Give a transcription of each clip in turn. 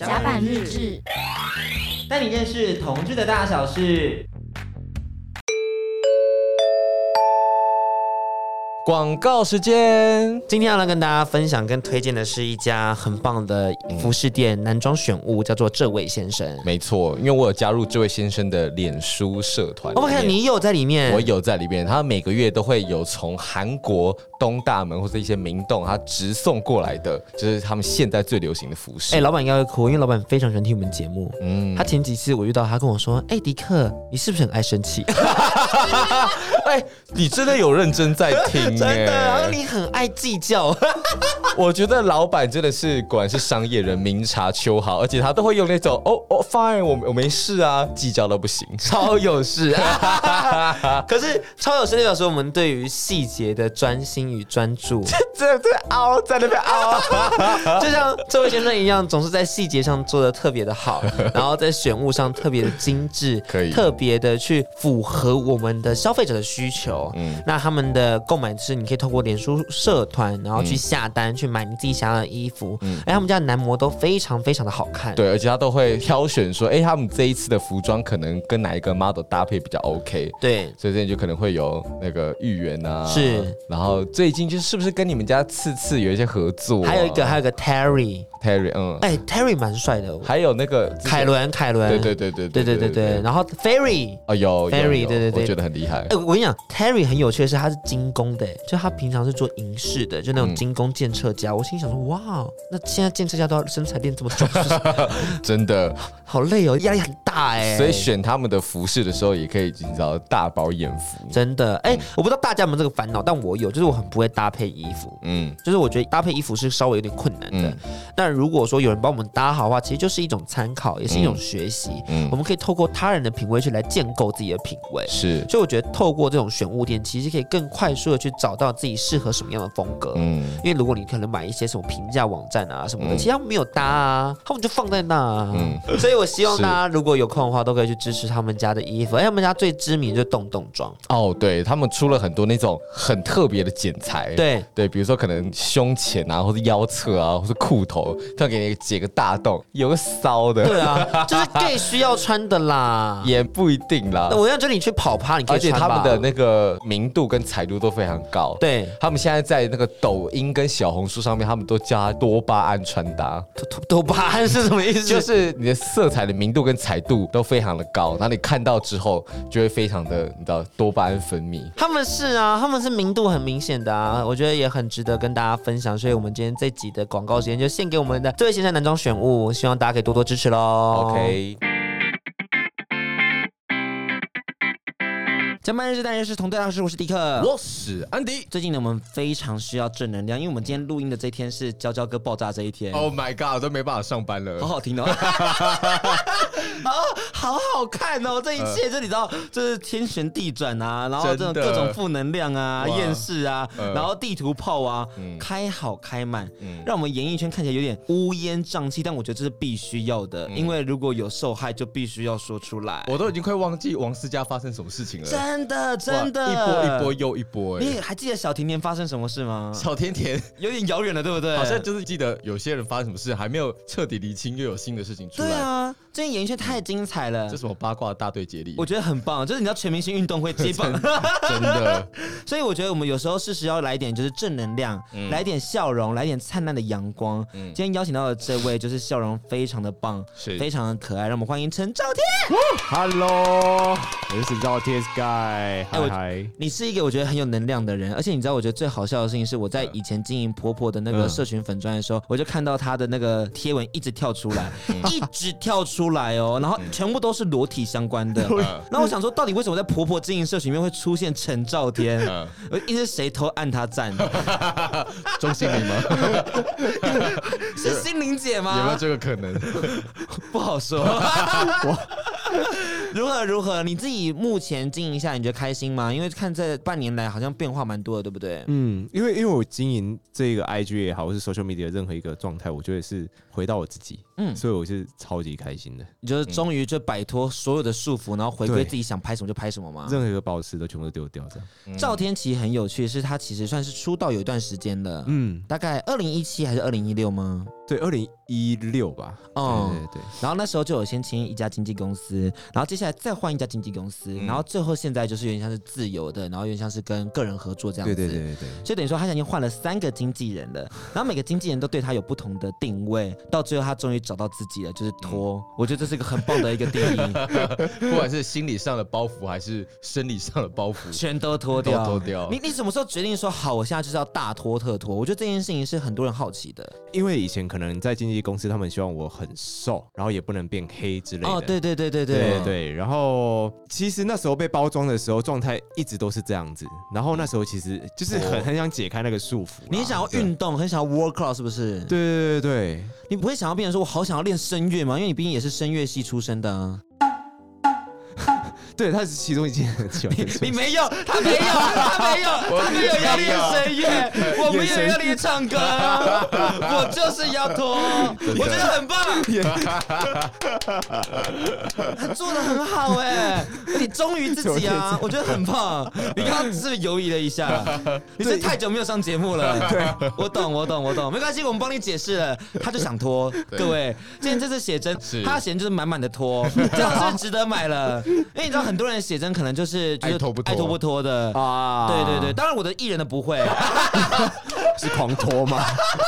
甲板日志， 带你认识同志的大小事。 广告时间， 今天要来跟大家分享跟推荐的是一家很棒的服饰店，男装选物，叫做这位先生。 没错，因为我有加入这位先生的脸书社团。 我看你有在里面， 我有在里面。他每个月都会有从韩国东大门或者一些明洞，他直送过来的，就是他们现在最流行的服饰。 老板应该会哭，因为老板非常喜欢听我们节目。他前几次我遇到他跟我说：“迪克，你是不是很爱生气？” 你真的有认真在听。 真的，然后你很爱计较。 我觉得老板真的是果然是商业人，明察秋毫，而且他都会用那种fine， 我没事啊，计较到不行， 超有事。可是超有事代表说我们对于细节的专心与专注， 真的凹在那边凹， 就像这位先生一样，总是在细节上做的特别的好，然后在选物上特别的精致， 可以特别的去符合我们的消费者的需求。那他们的购买是你可以透过脸书社团，然后去下单去买你自己想要的衣服。他们家的男模都非常非常的好看。 对，而且他都会挑选说，他们这一次的服装可能跟哪一个 model 搭配比较 OK。对，所以这就可能会有那个芋圆啊， 是。然后最近是不是跟你们家次有一些合作？ 还有一个 Terry， Terry 蛮帅的。 还有那个凯伦，对。然后 Ferry， 有 Ferry， 对， 我觉得很厉害。 我跟你讲 ，Terry 很有趣的是，他是精工的，就他平常是做银饰的，就那种精工建测家。我心想说，哇，那现在建测家都要身材练这么重， 真的好累哦，压力很大哎。 所以选他们的服饰的时候，也可以你知道大饱眼福。 真的，我不知道大家有没有这个烦恼，但我有，就是我很不会搭配衣服。就是我觉得搭配衣服是稍微有点困难的。但如果说有人帮我们搭好的话，其实就是一种参考，也是一种学习。我们可以透过他人的品味去来建构自己的品味。 是， 所以我觉得透过这种选物店，其实可以更快速的去找到自己适合什么样的风格。因为如果你可能买一些什么平价网站啊什么的，其实他们没有搭啊，他们就放在那啊。所以我希望大家如果有空的话，都可以去支持他们家的衣服。他们家最知名就是洞洞装。 对，他们出了很多那种很特别的剪裁。对，比如说可能胸前啊，或者腰侧啊，或是裤头，他给你解个大洞，有个骚的。 对啊，就是 gay 需要穿的啦。 也不一定啦。 我要叫你去跑趴，你可以穿吧。 而且他们的那个明度跟彩度都非常高。对，他们现在在那个抖音跟小红书上面，他们都叫它多巴胺穿搭。 多巴胺是什么意思？ 就是你的色彩的明度跟彩度都非常的高，然后你看到之后就会非常的，你知道多巴胺分泌。 他们是明度很明显的啊，我觉得也很值得跟大家分享。所以我们今天这集的广告时间就献给我们的这位先生男装选物，希望大家可以多多支持咯。 OK。 甲板日志，大家是同队大师，我是迪克， 我是安迪。 最近呢，我们非常需要正能量，因为我们今天录音的这一天是佼佼哥爆炸这一天。 Oh my god， 我都没办法上班了。 好好听哦，好好看哦，这一切就你知道，就是天旋地转啊，然后这种各种负能量啊、厌世啊，然后地图炮啊，开好开满，让我们演艺圈看起来有点乌烟瘴气，但我觉得这是必须要的，因为如果有受害，就必须要说出来。 我都已经快忘记王思佳发生什么事情了。 真的， 一波又一波。 你还记得小甜甜发生什么事吗？ 小甜甜有点遥远了，对不对？ 好像就是记得有些人发生什么事，还没有彻底厘清，又有新的事情出来。 对啊，最近演艺圈太精彩了。 这什么八卦大队接力？ 我觉得很棒，就是你知道全明星运动会接棒， 真的。 所以我觉得我们有时候适时要来一点就是正能量，来一点笑容，来一点灿烂的阳光。今天邀请到的这位就是笑容非常的棒，非常的可爱，让我们欢迎陈兆天。 Hello， 我是赵天 Sky。嗨， 你是一个我觉得很有能量的人，而且你知道，我觉得最好笑的事情是，我在以前经营婆婆的那个社群粉专的时候，我就看到她的那个贴文一直跳出来，一直跳出来哦，然后全部都是裸体相关的。然后我想说，到底为什么在婆婆经营社群里面会出现陈兆天？一直谁偷按她赞？ 钟欣凌吗？ 是心凌姐吗？ 有没有这个可能？ 不好说。如何？你自己目前经营一下，你觉得开心吗？因为看这半年来好像变化蛮多的，对不对？ 因为我经营这个 IG 也好，或是 social media 任何一个状态，我觉得是回到我自己， 所以我是超级开心的。 你就是终于就摆脱所有的束缚，然后回归自己想拍什么就拍什么吗？ 任何一个保持都全部都丢掉这样。 赵天琪很有趣，是他其实算是出道有一段时间了，大概2017还是2016吗？ 对，2016吧。对。 然后那时候就有先签一家经纪公司，然后接下来再换一家经纪公司，然后最后现在就是有点像是自由的，然后有点像是跟个人合作这样子。 对。 所以等于说他已经换了3个经纪人了，然后每个经纪人都对他有不同的定位，到最后他终于找到自己了，就是拖。我觉得这是一个很棒的一个定义， 不管是心理上的包袱还是生理上的包袱， 全都脱掉。 都脱掉。 你什么时候决定说好，我现在就是要大拖特拖？我觉得这件事情是很多人好奇的， 因为以前可能在经纪公司，他们希望我很瘦，然后也不能变黑之类的。对。然后其实那时候被包装的时候，状态一直都是这样子。然后那时候其实就是很想解开那个束缚。 你想要运动，很想要 work out， 是不是？ 对。 你不会想要变成说我好想要练声乐吗？因为你毕竟也是声乐系出身的啊。 对，他是其中一件很喜欢的。 你没有，他没有要练声乐，我没有要练唱歌，我就是要拖，我觉得很棒。他做的很好哎，你忠于自己啊，我觉得很棒。你刚刚只是犹豫了一下，你是太久没有上节目了。对，我懂，没关系，我们帮你解释了。他就想拖，各位，今天这次写真，他写真就是满满的拖，这样是不是值得买了？因为你知道很多人写真可能就是爱拖不拖的啊。对，当然我的艺人的不会， 是狂拖吗？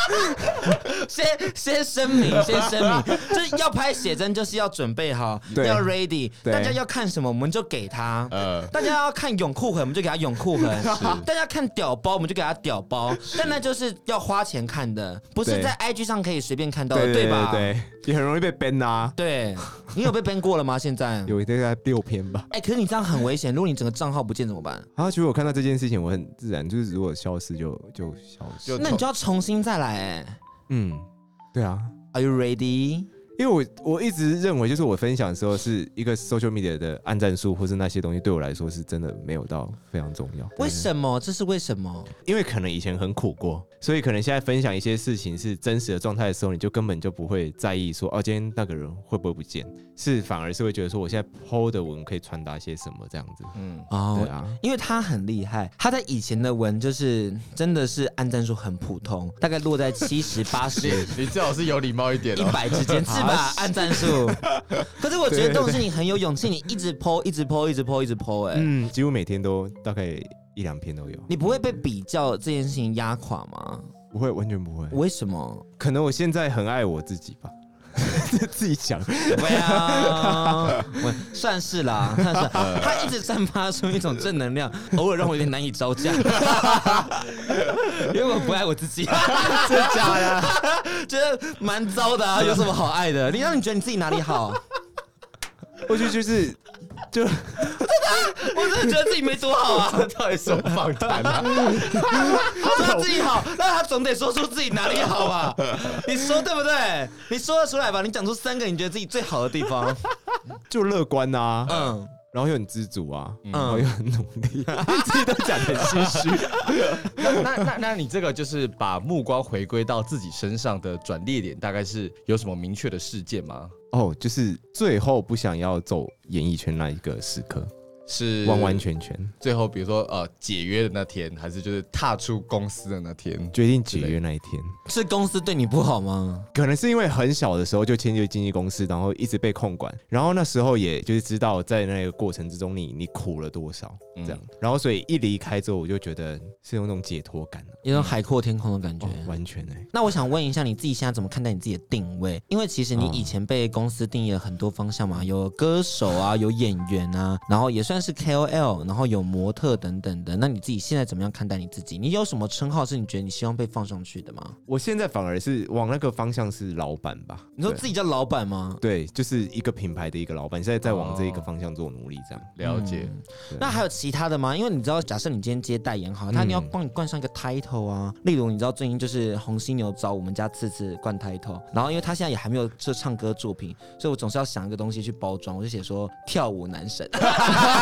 先声明，就是要拍写真就是要准备好，要 ready。大家要看什么我们就给他，大家要看泳裤痕我们就给他泳裤痕，大家看屌包我们就给他屌包，但那就是要花钱看的，不是在 IG 上可以随便看到的，对吧？ 对，也很容易被 ban 啊。 对，你有被 ban 过了吗？现在有大概6篇吧。 可是你这样很危险，如果你整个账号不见怎么办？ 其实我看到这件事情，我很自然，就是如果消失就消失， 那你就要重新再来对啊。 Are you ready？ 因为我一直认为，就是我分享的时候是一个 social media 的按赞数，或是那些东西对我来说是真的没有到非常重要。 为什么？这是为什么？ 因为可能以前很苦过，所以可能现在分享一些事情是真实的状态的时候，你就根本就不会在意说今天那个人会不会不见，是反而是会觉得说我现在 po 的文可以传达些什么这样子。对啊， 因为他很厉害，他在以前的文就是真的是按赞数很普通，大概落在70、80， 你最好是有礼貌一点 ，100之间是吧？按赞数。可是我觉得这种事你很有勇气，你一直 po， 几乎每天都大概1、2篇都有。 你不会被比较这件事情压垮吗？ 不会，完全不会。 为什么？ 可能我现在很爱我自己吧。自己讲， 对啊，算是啦，他一直散发出一种正能量，偶尔让我有点难以招架，因为我不爱我自己， 真的假的？ 觉得蛮糟的啊，有什么好爱的？你让你觉得你自己哪里好？ 我觉得我真的觉得自己没多好啊！ 到底什么访谈啊？ 说自己好，那他总得说出自己哪里好吧？你说对不对？你说得出来吧？你讲出3个你觉得自己最好的地方， 就乐观啊，然后又很知足啊，然后又很努力，自己都讲得很心虚。 那你这个就是把目光回归到自己身上的转捩点，大概是有什么明确的事件吗？ 就是最后不想要走演艺圈那一个时刻。 是完完全全最后比如说解约的那天，还是就是踏出公司的那天， 决定解约那一天？ 是公司对你不好吗？ 可能是因为很小的时候就签约经纪公司，然后一直被控管，然后那时候也就是知道在那个过程之中你苦了多少这样，然后所以一离开之后我就觉得是有那种解脱感， 有种海阔天空的感觉， 完全那我想问一下你自己现在怎么看待你自己的定位？因为其实你以前被公司定义了很多方向嘛，有歌手啊，有演员啊，然后也算是 KOL， 然后有模特等等的。那你自己现在怎么样看待你自己？你有什么称号是你觉得你希望被放上去的吗？ 我现在反而是往那个方向是老板吧。 你说自己叫老板吗？ 对，就是一个品牌的一个老板，现在在往这一个方向做努力，这样。 了解。 那还有其他的吗？因为你知道，假设你今天接代言好，他一定要帮你冠上一个 title 啊。例如，你知道最近就是红犀牛找我们家次次冠 title， 然后因为他现在也还没有这唱歌作品，所以我总是要想一个东西去包装，我就写说跳舞男神。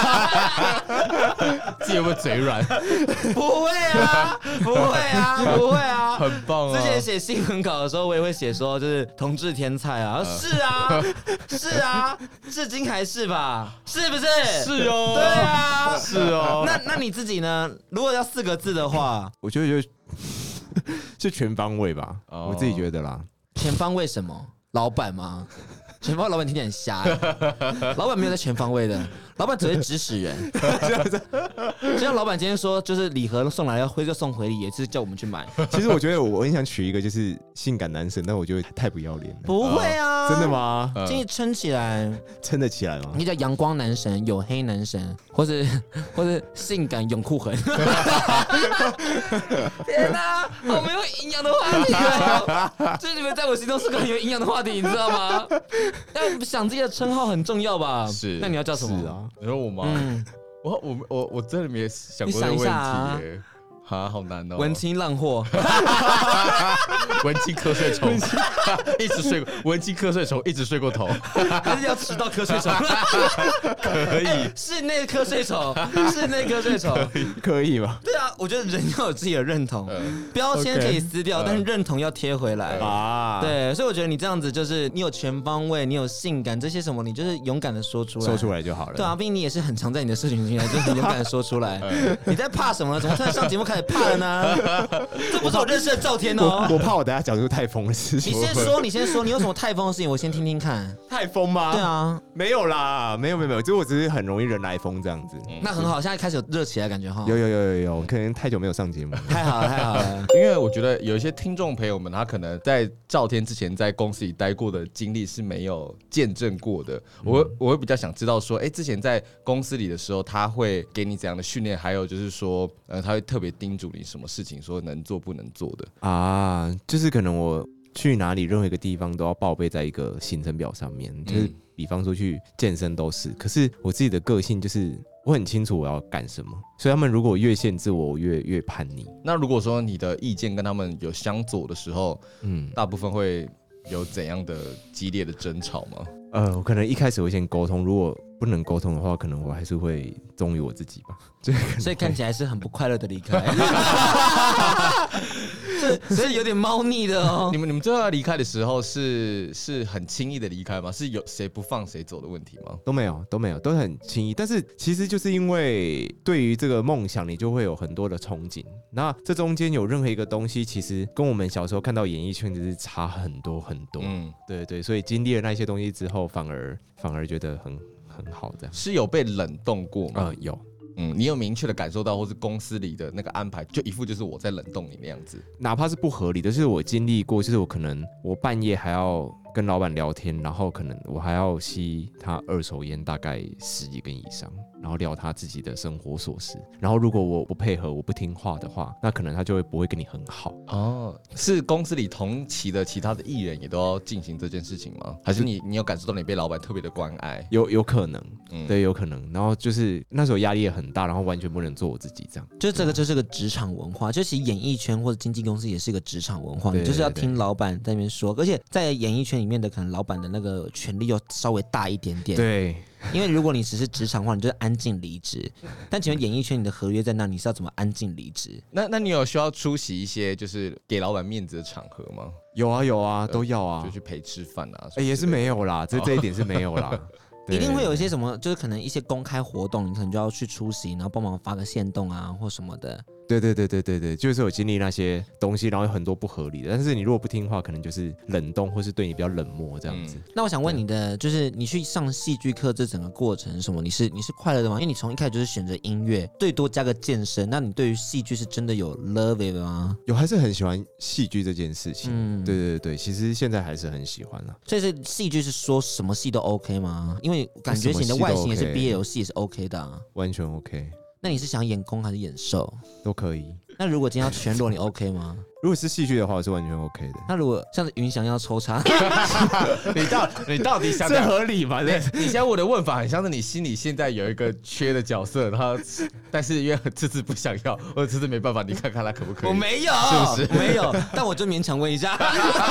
自己有没有嘴软？ 不会啊，不会啊，不会啊， 很棒啊！ 之前写新闻稿的时候，我也会写说，就是同志天才啊，是啊，是啊，至今还是吧，是不是？ 是哦， 对啊， 是哦。 那你自己呢？如果要4个字的话， 我觉得就全方位吧，我自己觉得啦。 全方位什么？老板吗？全方位老板听起来很瞎，老板没有在全方位的，老板只会指使人。就像老板今天说，就是礼盒送来要回就送回礼，也是叫我们去买。 其实我觉得我很想取一个就是性感男神，但我觉得太不要脸了。 不会啊， 真的吗？ 建议撑起来， 撑得起来吗？ 你叫阳光男神、黝黑男神，或者性感泳裤痕。天哪，好没有营养的话题哦！就是你们在我心中是个很有营养的话题，你知道吗？要想自己的称号很重要吧？ 是， 那你要叫什么？ 是啊， 你说我吗？我真的没想过这个问题耶。好难哦！ 文青浪货， 文青瞌睡虫，一直睡，文青瞌睡虫一直睡过头， 还是要迟到瞌睡虫？ 可以， 室内瞌睡虫，室内瞌睡虫， 可以吧？ 对啊，我觉得人要有自己的认同，标签可以撕掉，但是认同要贴回来啊。对，所以我觉得你这样子就是你有全方位，你有性感这些什么，你就是勇敢的说出来， 说出来就好了。 对啊，毕竟你也是很常在你的社群平台就很勇敢的说出来。你在怕什么呢？怎么突然上节目开始怕了呢？这不是我认识的赵天哦。 我怕我等下讲出太疯的事情。 你先说，你有什么太疯的事情？我先听听看。 太疯吗？ 对啊， 没有啦，没有，就我只是很容易人来疯这样子。 那很好，现在开始有热起来感觉哈。 有，可能太久没有上节目。 太好了。 因为我觉得有一些听众朋友们，他可能在赵天之前在公司里待过的经历是没有见证过的。我会比较想知道说，之前在公司里的时候，他会给你怎样的训练？还有就是说，他会特别叮嘱你什么事情，说能做不能做的啊？就是可能我去哪里任何一个地方都要报备在一个行程表上面，就是比方说去健身都是。可是我自己的个性就是我很清楚我要干什么，所以他们如果越限制我越叛逆。 那如果说你的意见跟他们有相左的时候，大部分会有怎样的激烈的争吵吗？ 我可能一开始会先沟通，如果不能沟通的话，可能我还是会忠于我自己吧。 所以看起来是很不快乐的离开，所以有点猫腻的哦。 你们最后要离开的时候是很轻易的离开吗？是有谁不放谁走的问题吗？ 都没有，都很轻易。但是其实就是因为对于这个梦想，你就会有很多的憧憬。那这中间有任何一个东西，其实跟我们小时候看到演艺圈就是差很多很多。对，所以经历了那些东西之后，反而觉得很好，这样。 是有被冷冻过吗？ 有。 你有明确的感受到，或是公司里的那个安排，就一副就是我在冷冻你那样子， 哪怕是不合理的，就是我经历过，就是我可能我半夜还要跟老板聊天，然后可能我还要吸他2手烟，大概10几根以上，然后聊他自己的生活琐事。然后如果我不配合，我不听话的话，那可能他就不会跟你很好。 是公司里同期的其他的艺人也都要进行这件事情吗？还是你有感受到你被老板特别的关爱？ 有可能，对，有可能。然后就是那时候压力也很大，然后完全不能做我自己，这样。 就这个就是个职场文化，就其实演艺圈或者经纪公司也是一个职场文化，你就是要听老板在那边说，而且在演艺圈里面的可能老板的那个权力又稍微大一点点。 对。 因为如果你只是职场化，你就是安静离职。但请问演艺圈你的合约在那，你是要怎么安静离职？ 那你有需要出席一些就是给老板面子的场合吗？ 有啊，都要啊， 就去陪吃饭啊。 也是没有啦，这一点是没有啦。 一定会有一些什么，就是可能一些公开活动，你可能就要去出席，然后帮忙发个限动啊或什么的。 对，就是有经历那些东西，然后有很多不合理的。但是你如果不听话，可能就是冷冻，或是对你比较冷漠这样子。 那我想问你的，就是你去上戏剧课这整个过程什么，你是快乐的吗？因为你从一开始就是选择音乐，最多加个健身。那你对于戏剧是真的有 love it 吗？ 有，还是很喜欢戏剧这件事情。对，其实现在还是很喜欢啦。 所以是戏剧是说什么戏都 OK 吗？因为感觉你的外形也是 BL 戏也是 OK 的啊。 完全 OK。 那你是想演攻还是演受？ 都可以。 那如果今天要全裸，你 OK 吗？ 如果是戏剧的话，我是完全 OK 的。 那如果像是云翔要抽插， 你到底想这合理吗？ 你现在我的问法很像是你心里现在有一个缺的角色，但是因为次次不想要，或者次次没办法，你看看他可不可以？ 我没有， 是不是？ 没有，但我就勉强问一下。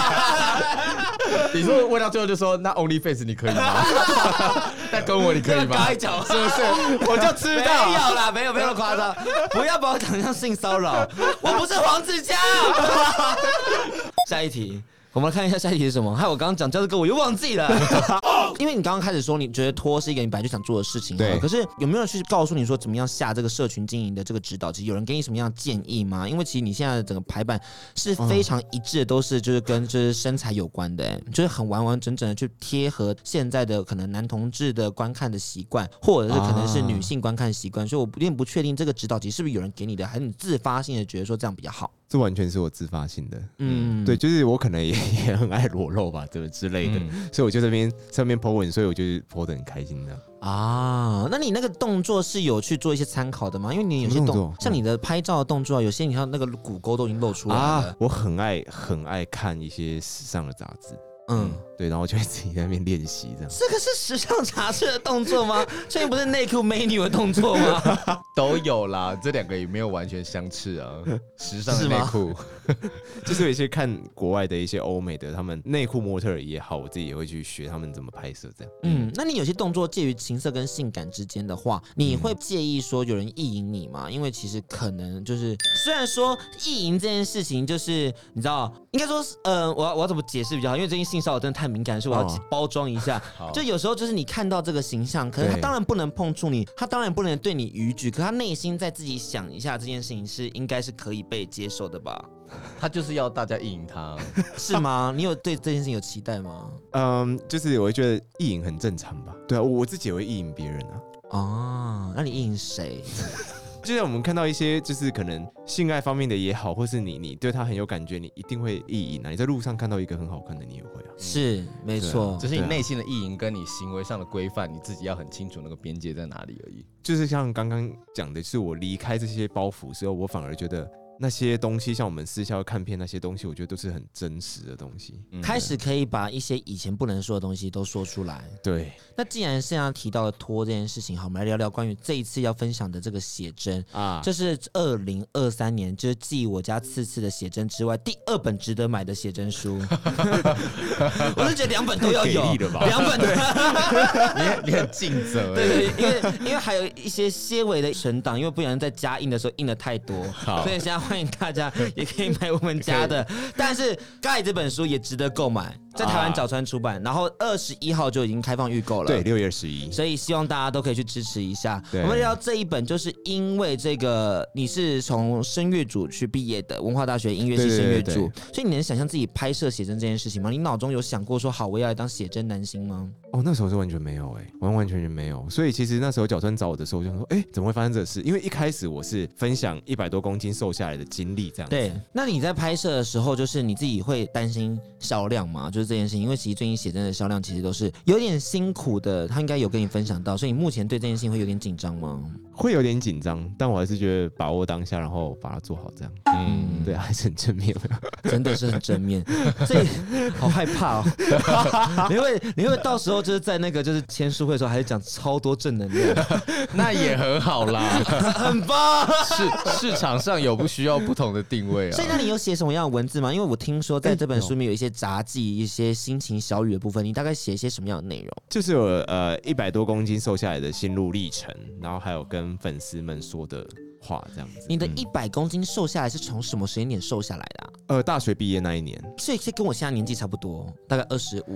你说问到最后就说那 OnlyFans 你可以吗？那跟我你可以吗？ 嘎一脚是不是？我就知道没有啦，没有那么夸张，不要把我讲像性骚扰，我不是黄子佼。下一题。我们来看一下下一题是什么？害我刚刚讲教师歌我又忘记了，因为你刚刚开始说你觉得拖是一个你本来就想做的事情， 对。 可是有没有人去告诉你说怎么样下这个社群经营的这个指导？其实有人给你什么样的建议吗？因为其实你现在的整个排版是非常一致的，都是就是跟就是身材有关的，就是很完完整整的去贴合现在的可能男同志的观看的习惯，或者是可能是女性观看习惯，所以我有点不确定这个指导其实是不是有人给你的，还是你自发性的觉得说这样比较好？ 这完全是我自发性的，对，就是我可能也很爱裸露吧，这之类的，所以我就这边上面 po 文，所以我就 po 得很开心的。 啊，那你那个动作是有去做一些参考的吗？因为你有些像你的拍照的动作，有些你看那个骨沟都已经露出来了。 我很爱看一些时尚的杂志。对，然后就会自己在那边练习这样。 这个是时尚杂志的动作吗？这不是内裤美女的动作吗？ 都有啦，这两个也没有完全相斥啊。时尚的内裤， 就是有一些看国外的一些欧美的，他们内裤模特儿也好，我自己也会去学他们怎么拍摄这样。 那你有些动作介于情色跟性感之间的话，你会介意说有人意淫你吗？因为其实可能就是，虽然说意淫这件事情，就是你知道，应该说，我要怎么解释比较好？因为最近性骚扰真的太敏感，所以我要包装一下。就有时候就是你看到这个形象，可是他当然不能碰触你，他当然不能对你逾矩，可他内心在自己想一下这件事情是应该是可以被接受的吧？ 他就是要大家意淫他， 是吗？你有对这件事情有期待吗？ 就是我会觉得意淫很正常吧。对啊，我自己也会意淫别人啊。 哦，那你意淫谁？ 就像我们看到一些就是可能性爱方面的也好，或是你对他很有感觉，你一定会意淫啊。你在路上看到一个很好看的，你也会啊。 是，没错， 只是你内心的意淫跟你行为上的规范，你自己要很清楚那个边界在哪里而已。 就是像刚刚讲的，是我离开这些包袱之后，我反而觉得那些东西，像我们私下看片那些东西，我觉得都是很真实的东西。 开始可以把一些以前不能说的东西都说出来。 对。 那既然现在提到了拖这件事情，好，我们来聊聊关于这一次要分享的这个写真啊，这是2023年，就是继我家次次的写真之外，第2本值得买的写真书。我是觉得2本都要有，2 本你很尽责。 对，因为还有一些些微的存档，因为不然在加印的时候印的太多，所以现在欢迎大家也可以买我们家的。但是盖这本书也值得购买，在台湾角川出版，然后21号就已经开放预购了。 对，6月11， 所以希望大家都可以去支持一下。我们聊这一本，就是因为这个你是从声乐组去毕业的，文化大学音乐系声乐组，所以你能想象自己拍摄写真这件事情吗？你脑中有想过说好我要来当写真男星吗？ 那时候是完全没有完全没有。所以其实那时候角川找我的时候，我就想说，怎么会发生这个事？因为一开始我是分享100多公斤瘦下来的经历这样子。 对，那你在拍摄的时候，就是你自己会担心销量吗？就是这件事情，因为其实最近写真的销量其实都是有点辛苦的，他应该有跟你分享到，所以你目前对这件事情会有点紧张吗？ 会有点紧张，但我还是觉得把握当下，然后把它做好这样。对，还是很正面， 真的是很正面，所以好害怕哦。你会到时候就是在那个就是签书会的时候，还是讲超多正能量， 那也很好啦， 很棒。 市场上有不需要不同的定位啊。 所以那你有写什么样的文字吗？因为我听说在这本书里面有一些杂记、一些心情小语的部分，你大概写一些什么样的内容？ 就是有100多公斤瘦下来的心路历程，然后还有跟粉丝们说的话这样子。 你的100公斤瘦下来是从什么时间点瘦下来的大学毕业那一年， 所以跟我现在年纪差不多，大概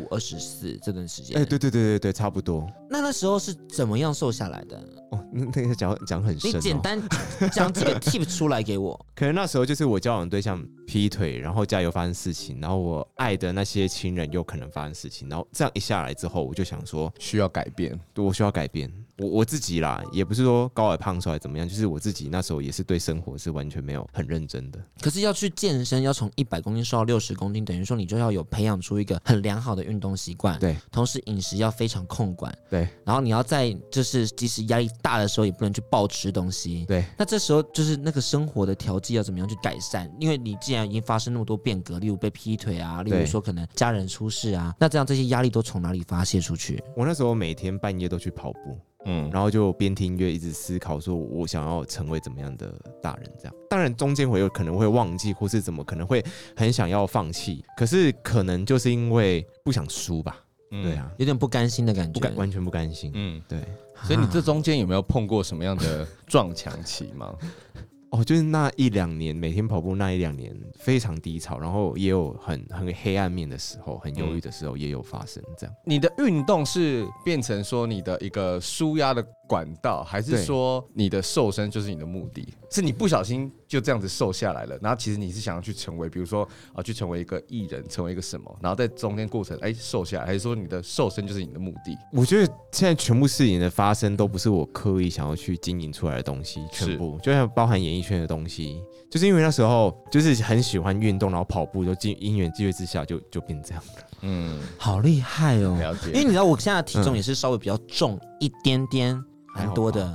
25、24这段时间。 对，差不多。 那时候是怎么样瘦下来的？ 那个讲很深。 你简单讲几个 tip 出来给我。 可能那时候就是我交往对象劈腿，然后家又发生事情，然后我爱的那些亲人又可能发生事情，然后这样一下来之后，我就想说需要改变， 我需要改变。我自己啦，也不是说高矮胖瘦还怎么样，就是我自己那时候也是对生活是完全没有很认真的。 可是要去健身，要从100公斤瘦到60公斤，等于说你就要有培养出一个很良好的运动习惯， 对， 同时饮食要非常控管， 对， 对， 然后你要在就是即使压力大的时候，也不能去暴吃东西。 对， 那这时候就是那个生活的调剂要怎么样去改善？因为你既然已经发生那么多变革，例如被劈腿啊，例如说可能家人出事啊，那这些压力都从哪里发泄出去？ 我那时候每天半夜都去跑步。然后就边听音乐一直思考，说我想要成为怎么样的大人，这样。当然中间可能会忘记，或是怎么可能会很想要放弃，可是可能就是因为不想输吧。对啊， 有点不甘心的感觉， 完全不甘心。对。 所以你这中间有没有碰过什么样的撞墙期吗？ 就是那1-2年，每天跑步那1-2年非常低潮，然后也有很黑暗面的时候，很忧郁的时候也有发生。这样， 你的运动是变成说你的一个抒压的管道，还是说你的瘦身就是你的目的？是你不小心就这样子瘦下来了，然后其实你是想要去成为，比如说去成为一个艺人，成为一个什么，然后在中间过程瘦下来，还是说你的瘦身就是你的目的？ 我觉得现在全部事情的发生都不是我刻意想要去经营出来的东西，全部就像包含演艺圈的东西，就是因为那时候就是很喜欢运动，然后跑步，就因缘际会之下就变这样了。 好厉害哦！ 了解， 因为你知道我现在的体重也是稍微比较重一点点。蛮多的，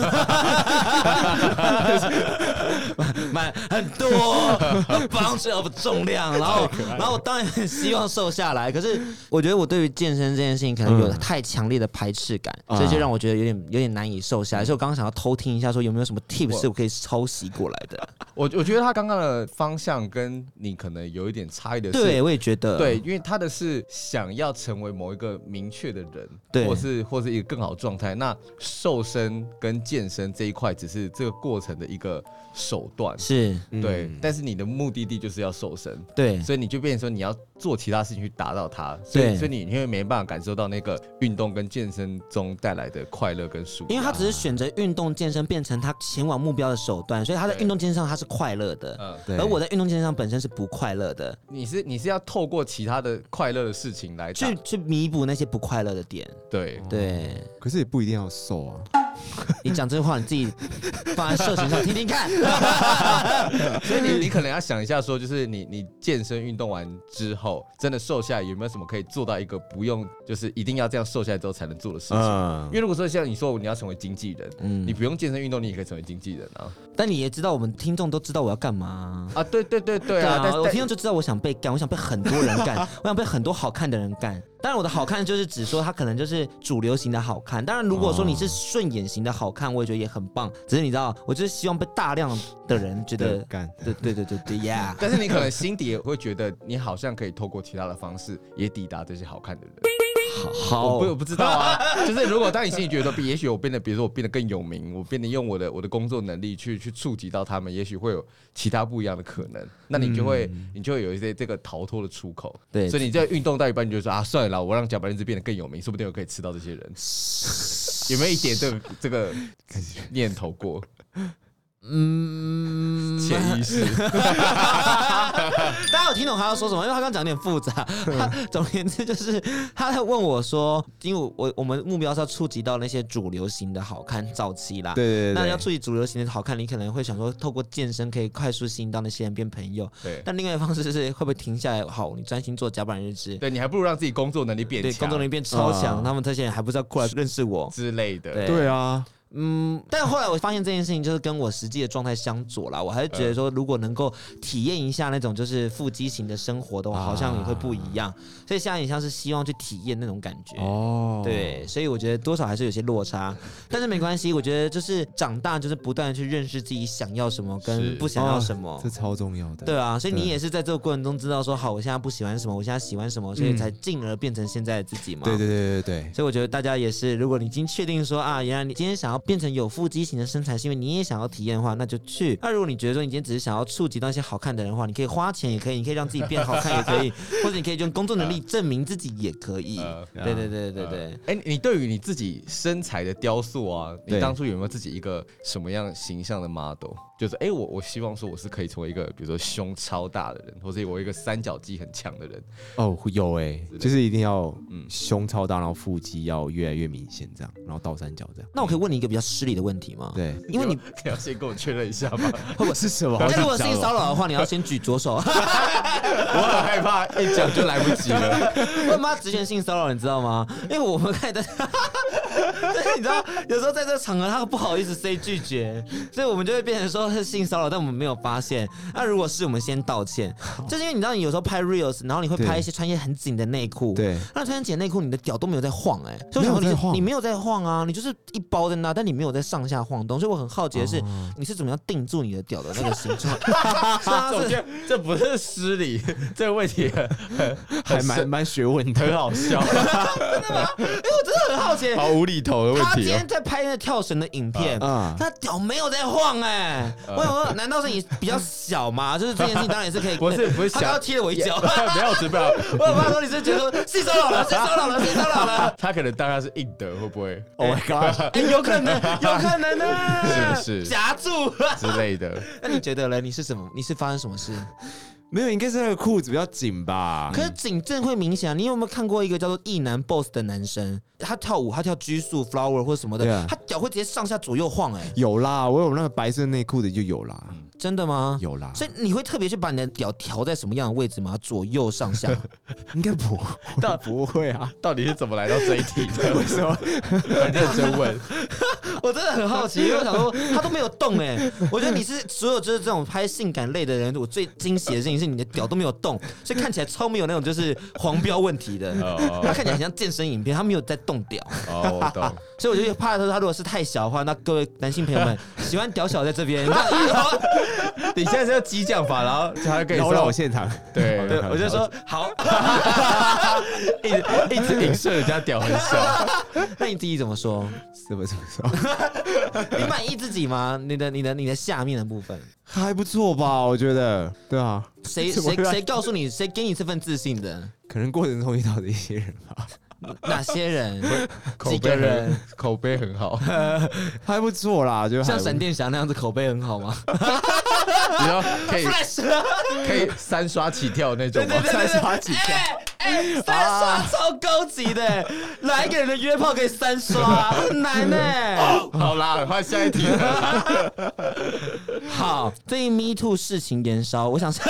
很多 bunch of 重量，然后我当然很希望瘦下来，可是我觉得我对于健身这件事情可能有太强烈的排斥感，所以就让我觉得有点难以瘦下来。所以我刚刚想要偷听一下，说有没有什么 tips 是我可以抄袭过来的？ 我觉得他刚刚的方向跟你可能有一点差异的是， 对，我也觉得， 对，因为他的是想要成为某一个明确的人， 对， 或是一个更好的状态，那瘦身跟健身这一块只是这个过程的一个手段， 是对，但是你的目的地就是要瘦身， 对， 所以你就变成说你要做其他事情去达到它，所以你会没办法感受到那个运动跟健身中带来的快乐跟舒压， 因为他只是选择运动健身变成他前往目标的手段，所以他在运动健身上他是快乐的，而我在运动健身上本身是不快乐的。 你是要透过其他的快乐的事情来去弥补那些不快乐的点， 对， 可是也不一定要瘦啊。 你讲这句话，你自己放在社群上听听看。 所以你可能要想一下，说就是你健身运动完之后，真的瘦下来有没有什么可以做到一个不用就是一定要这样瘦下来之后才能做的事情？因为如果说像你说你要成为经纪人，你不用健身运动，你也可以成为经纪人啊。 但你也知道，我们听众都知道我要干嘛啊？对啊！ 但我听众就知道我想被干，我想被很多人干，我想被很多好看的人干。当然，我的好看就是指说他可能就是主流型的好看。当然，如果说你是顺眼型的好看，我也觉得也很棒。只是你知道，我就是希望被大量的人觉得干。 对呀。 但是你可能心底也会觉得，你好像可以透过其他的方式也抵达这些好看的人。 好， 我不知道啊，就是如果当你心里觉得，也许我变得，比如说我变得更有名，我变得用我的工作能力去触及到他们，也许会有其他不一样的可能。那你就会有一些这个逃脱的出口。对，所以你在运动到一半，你就说啊，算了啦，我让甲板日志变得更有名，说不定我可以吃到这些人。有没有一点这个念头过？潜意识。 大家有听懂他要说什么？因为他刚讲有点复杂。总而言之，就是他在问我说，因为我们目标是要触及到那些主流型的好看早期啦。 对。 那要触及主流型的好看，你可能会想说，透过健身可以快速吸引到那些人变朋友。 对。 但另外一个方式是，会不会停下来？好，你专心做甲板日志。 对，你还不如让自己工作能力变强。 对，工作能力变超强，他们这些人还不知道过来认识我之类的。 对啊。 但后来我发现这件事情就是跟我实际的状态相左啦。我还是觉得说，如果能够体验一下那种就是腹肌型的生活的话，好像也会不一样。所以现在也像是希望去体验那种感觉。对，所以我觉得多少还是有些落差，但是没关系。我觉得就是长大，就是不断的去认识自己想要什么跟不想要什么， 这超重要的。 对啊，所以你也是在这个过程中知道说，好，我现在不喜欢什么，我现在喜欢什么，所以才进而变成现在的自己嘛。 对。 所以我觉得大家也是，如果你已经确定说啊，原来你今天想要变成有腹肌型的身材，是因为你也想要体验的话，那就去。那如果你觉得说你今天只是想要触及到一些好看的人的话，你可以花钱也可以，你可以让自己变好看也可以，或者你可以用工作能力证明自己也可以。对。 你对于你自己身材的雕塑啊，你当初有没有自己一个什么样形象的 model？就是我希望说我是可以成为一个比如说胸超大的人，或者我一个三角肌很强的人。 有就是一定要胸超大，然后腹肌要越来越明显这样，然后倒三角这样。 那我可以问你一个比较失礼的问题吗？ 对， 因为你要先跟我确认一下吗？ 或者是什么？ 但如果性骚扰的话，你要先举左手。 我很害怕一讲就来不及了。 我妈职权性骚扰，你知道吗？因为我们看的。 你知道，有时候在这个场合，他不好意思 say 拒绝，所以我们就会变成说是性骚扰，但我们没有发现。那如果是我们先道歉，就是因为你知道，你有时候拍 reels， 然后你会拍一些穿越很紧的内裤， 对， 那穿紧的内裤，你的屌都没有在晃，所以我想说你没有在晃啊，你就是一包在那，但你没有在上下晃动，所以我很好奇的是，你是怎么样定住你的屌的那个形状？ 这不是失礼，这个问题还蛮学问的， 很好笑。 真的吗？因为我真的很好奇， 好无厘头的问题。 他今天在拍那跳绳的影片，他屌没有在晃我想说，难道是你比较小吗？就是这件事情当然也是可以， 不是他刚刚踢了我一脚， 没有指标。 我很怕说你是觉得说性骚扰了，性骚扰了，性骚扰了。 他可能当然是硬的，会不会 ？Oh my god！ 有可能，有可能呢， 是不是夹住之类的？ 那你觉得呢？你是什么？你是发生什么事？ 没有，应该是那个裤子比较紧吧。 可是紧真的会明显啊！你有没有看过一个叫做异男 boss 的男生？他跳舞，他跳居宿 flower 或者什么的，他脚会直接上下左右晃有啦，我有那个白色内裤的就有啦。 真的吗？ 有啦。 所以你会特别去把你的屌调在什么样的位置吗？左右上下？ 应该不会啊。 到底是怎么来到这一题的？ 为什么？ 很认真问。 我真的很好奇，因为我想说他都没有动我觉得你是所有就是这种拍性感类的人，我最惊喜的事情是你的屌都没有动，所以看起来超没有那种就是黄标问题的。他看起来很像健身影片，他没有在动屌。 我懂。 所以我就怕他如果是太小的话，那各位男性朋友们喜欢屌小在这边， 你现在是要激将法，然后他跟你说我现场， 对， 我就说好， 一直影射人家屌很小。 那你自己怎么说？ 怎么说？ 你满意自己吗？你的下面的部分还不错吧？我觉得，对啊。 谁告诉你？谁给你这份自信的？ 可能过程中遇到的一些人吧。 哪些人？几个人？ 口碑很好， 还不错啦，就像闪电侠那样子，口碑很好吗？ 你说可以3刷起跳那种吗 ？3刷起跳，3刷超高级的，来一个人的约炮可以3刷，很难好啦，换下一题。 好，最近 Me Too 事情延烧，我想说。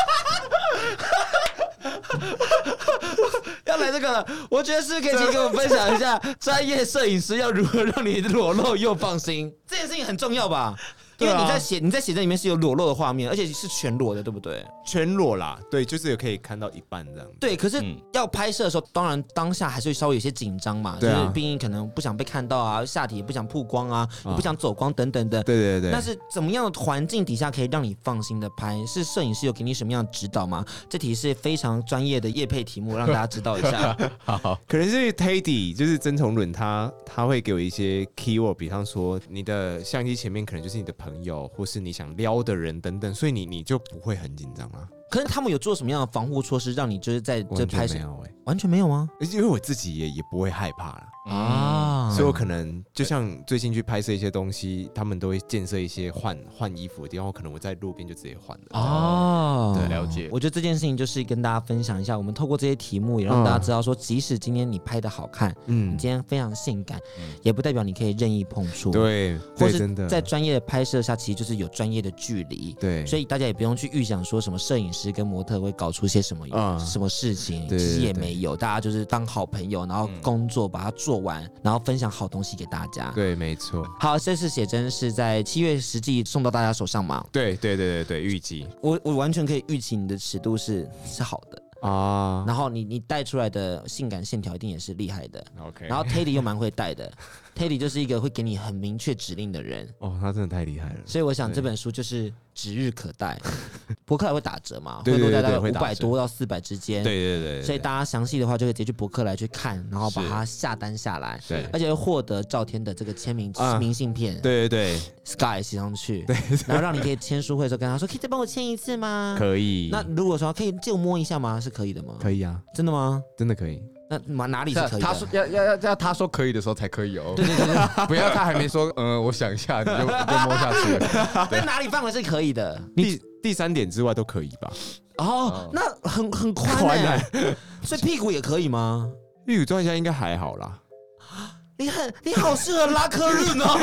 要来这个了，我觉得是可以请跟我分享一下专业摄影师要如何让你裸露又放心，这件事情很重要吧？因为你在写真里面是有裸露的画面，而且是全裸的，对不对？ 全裸啦，对，就是可以看到一半这样。 对，可是要拍摄的时候，当然当下还是会稍微有些紧张嘛，就是毕竟可能不想被看到啊，下体也不想曝光啊，也不想走光等等的。 对。 但是怎么样的环境底下可以让你放心的拍？是摄影师有给你什么样的指导吗？这题是非常专业的业配题目，让大家知道一下。 好， 可能是 Teddy 就是曾崇伦他会给我一些 keyword， 比方说你的相机前面可能就是你的朋友，或是你想撩的人等等，所以你就不会很紧张啊。 可是他们有做什么样的防护措施，让你就是在这拍摄？ 完全没有吗？ 因为我自己也不会害怕了啊， 所以我可能就像最近去拍摄一些东西，他们都会建设一些换衣服的地方，可能我在路边就直接换了。 对， 了解。 我觉得这件事情就是跟大家分享一下，我们透过这些题目，也让大家知道说，即使今天你拍的好看，你今天非常性感，也不代表你可以任意碰触。 对， 或是在专业的拍摄下，其实就是有专业的距离。 对， 所以大家也不用去预想说什么摄影师跟模特会搞出些什么事情，其实也没有，大家就是当好朋友，然后工作把它做完，然后分享好东西给大家。 对，没错。 好，这次写真是在7月实际送到大家手上嘛？ 对，预计我完全可以预期你的尺度是好的。然后你带出来的性感线条一定也是厉害的。 OK， 然后 Teddy 又蛮会带的，Teddy 就是一个会给你很明确指令的人。 他真的太厉害了。 所以我想这本书就是指日可待。博客来会打折嘛？会落在大概500多到400之间。 对。 所以大家详细的话就可以直接去博客来去看，然后把它下单下来。 对， 而且会获得赵天的这个签名明信片。 对 ，Sky 写上去。 对， 然后让你可以签书会的时候跟他说，可以再帮我签一次吗？ 可以。 那如果说可以借我摸一下吗？是可以的吗？ 可以啊。 真的吗？ 真的可以。 那哪里是可以的？ 他说要他说可以的时候才可以哦。 对， 不要他还没说我想一下你就摸下去了。 那哪里范围是可以的？ 第3点之外都可以吧？ 那很宽所以屁股也可以吗？ 屁股转一下应该还好啦。 你好适合拉科润哦，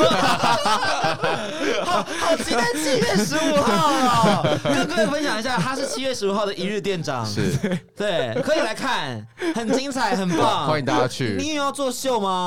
好期待7月15号哦！跟各位分享一下，他是7月15号的一日店长， 是， 对，可以来看，很精彩，很棒， 欢迎大家去。 你有要做秀吗？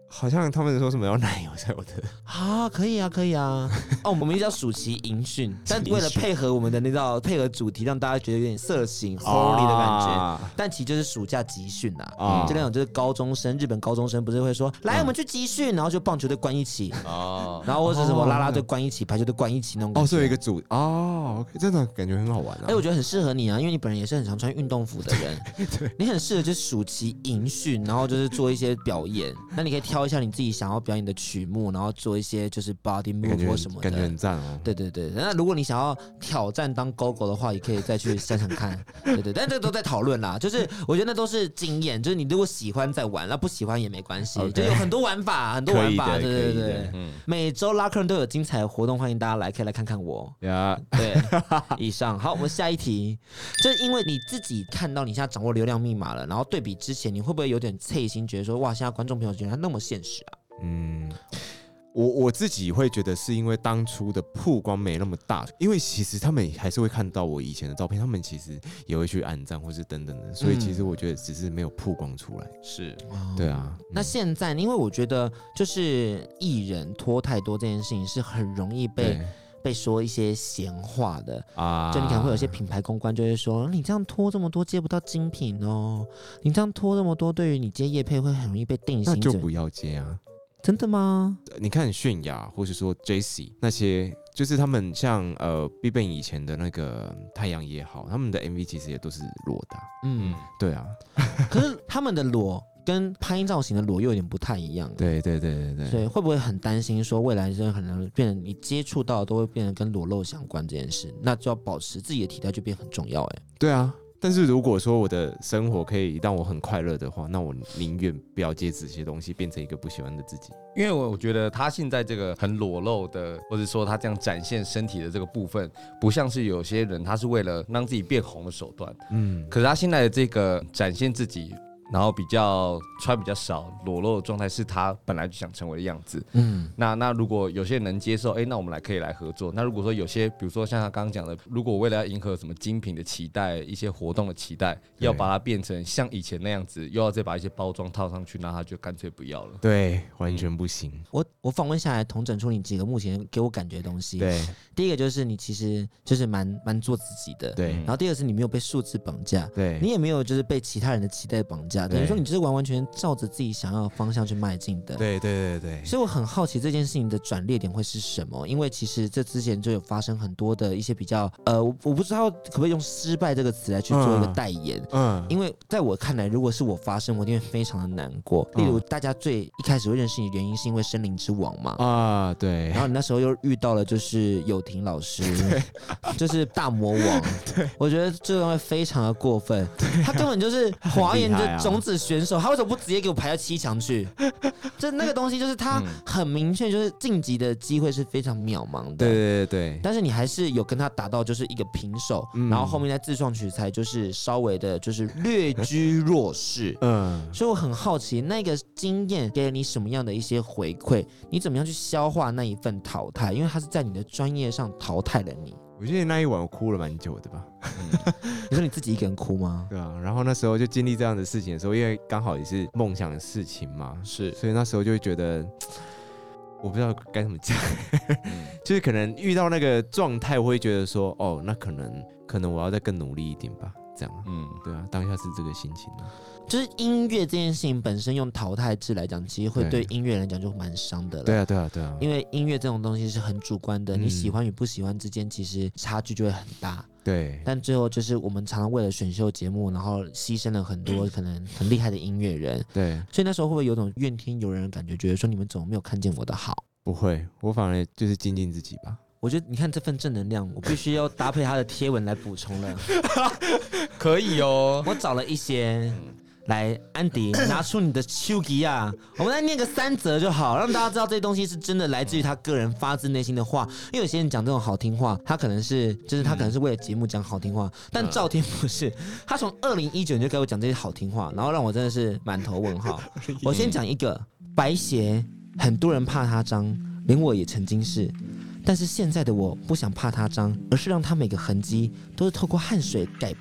好像他们说什么要奶油才有的啊，可以啊，可以啊。哦，我们一直叫暑期迎训，但为了配合我们的那道配合主题，让大家觉得有点色情、holy 的感觉，但其实就是暑假集训啊。就那种就是高中生，日本高中生不是会说，来我们去集训，然后就棒球队关一起然后或是什么啦啦队关一起，排球队关一起那种感觉。 所以有一个组真的感觉很好玩啊。 我觉得很适合你啊，因为你本人也是很常穿运动服的人，对，你很适合就是暑期迎训，然后就是做一些表演。那你可以挑一下你自己想要表演的曲目，然后做一些就是 body move 或什么的， 感觉很赞哦。 对对对，那如果你想要挑战当 GoGo 的话，也可以再去想想看。对对，但这个都在讨论啦，就是我觉得那都是经验，就是你如果喜欢再玩，那不喜欢也没关系，就有很多玩法，很多玩法，对对对。每周拉客人都有精彩的活动，欢迎大家来，可以来看看我。对，以上好，我们下一题，就是因为你自己看到你现在掌握流量密码了，然后对比之前，你会不会有点脆心，觉得说哇，现在观众朋友原来那么现实啊？ 我自己会觉得是因为当初的曝光没那么大，因为其实他们还是会看到我以前的照片，他们其实也会去按赞或是等等的，所以其实我觉得只是没有曝光出来。 是， 对啊。 那现在，因为我觉得就是艺人拖太多这件事情是很容易被说一些闲话的就你可能会有些品牌公关就会说，你这样拖这么多接不到精品哦，你这样拖这么多，对于你接业配会很容易被定型。 那就不要接啊。 真的吗？ 你看泫雅或是说 Jessie 那些，就是他们像BigBang 以前的那个太阳也好，他们的 MV 其实也都是裸的。对啊。 可是他们的裸跟拍造型的裸又有点不太一样。 对对对对对。 所以会不会很担心说未来真的可能变成你接触到的都会变得跟裸露相关这件事？那就要保持自己的体态就变很重要。 对啊。但是如果说我的生活可以让我很快乐的话，那我宁愿不要接这些东西，变成一个不喜欢的自己。 因为我觉得他现在这个很裸露的，或者说他这样展现身体的这个部分，不像是有些人他是为了让自己变红的手段。可是他现在的这个展现自己，然后穿比较少，裸露的状态是他本来就想成为的样子。那如果有些人能接受，那我们可以来合作。那如果说有些，比如说像他刚刚讲的，如果我为了要迎合什么精品的期待，一些活动的期待，要把它变成像以前那样子，又要再把一些包装套上去，那他就干脆不要了。 对，完全不行。 我访问下来，统整出你几个目前给我感觉的东西。 对， 第一个就是你其实就是蛮做自己的。 对。 然后第二个是你没有被数字绑架。 对。 你也没有就是被其他人的期待绑架。等于说你就是完全照着自己想要的方向去迈进的。 对对对对。 所以我很好奇这件事情的转捩点会是什么？因为其实这之前就有发生很多的一些比较我不知道可不可以用失败这个词来去做一个代言。因为在我看来，如果是我发生，我一定会非常的难过。例如大家最一开始会认识你的原因是因为森林之王嘛。 对。 然后你那时候又遇到了就是友婷老师，就是大魔王。对。我觉得这个会非常的过分。他根本就是华研的种子选手，他为什么不直接给我排到7强去？就那个东西，就是他很明确，就是晋级的机会是非常渺茫的。 对对对。 但是你还是有跟他打到就是一个平手，然后后面在自创取材就是稍微的，就是略居弱势。所以我很好奇，那个经验给了你什么样的一些回馈？你怎么样去消化那一份淘汰？因为他是在你的专业上淘汰了你。 我记得那一晚我哭了蛮久的吧。 你说你自己一个人哭吗？ 对啊，然后那时候就经历这样的事情的时候，因为刚好也是梦想的事情嘛， 是， 所以那时候就会觉得，我不知道该怎么讲，就是可能遇到那个状态，我会觉得说，那可能我要再更努力一点吧，这样。对啊，当下是这个心情啊。 就是音乐这件事情本身用淘汰制来讲，其实会对音乐人来讲就蛮伤的了。 对啊，对啊，对啊。 因为音乐这种东西是很主观的，你喜欢与不喜欢之间，其实差距就会很大。 对。 但最后就是我们常常为了选秀节目，然后牺牲了很多可能很厉害的音乐人。 对。 所以那时候会不会有种怨天尤人的感觉，觉得说你们怎么没有看见我的好？ 不会，我反而就是精进自己吧。 我觉得你看这份正能量，我必须要搭配他的贴文来补充了。 可以哦， 我找了一些。来，安迪，拿出你的手机啊！我们来念个3则就好，让大家知道这些东西是真的来自于他个人发自内心的话。因为有些人讲这种好听话，他可能是为了节目讲好听话，但赵天不是，他从2019年就给我讲这些好听话，然后让我真的是满头问号。我先讲一个，白鞋，很多人怕它脏，连我也曾经是。但是现在的我不想怕它脏，而是让它每个痕迹都是透过汗水改变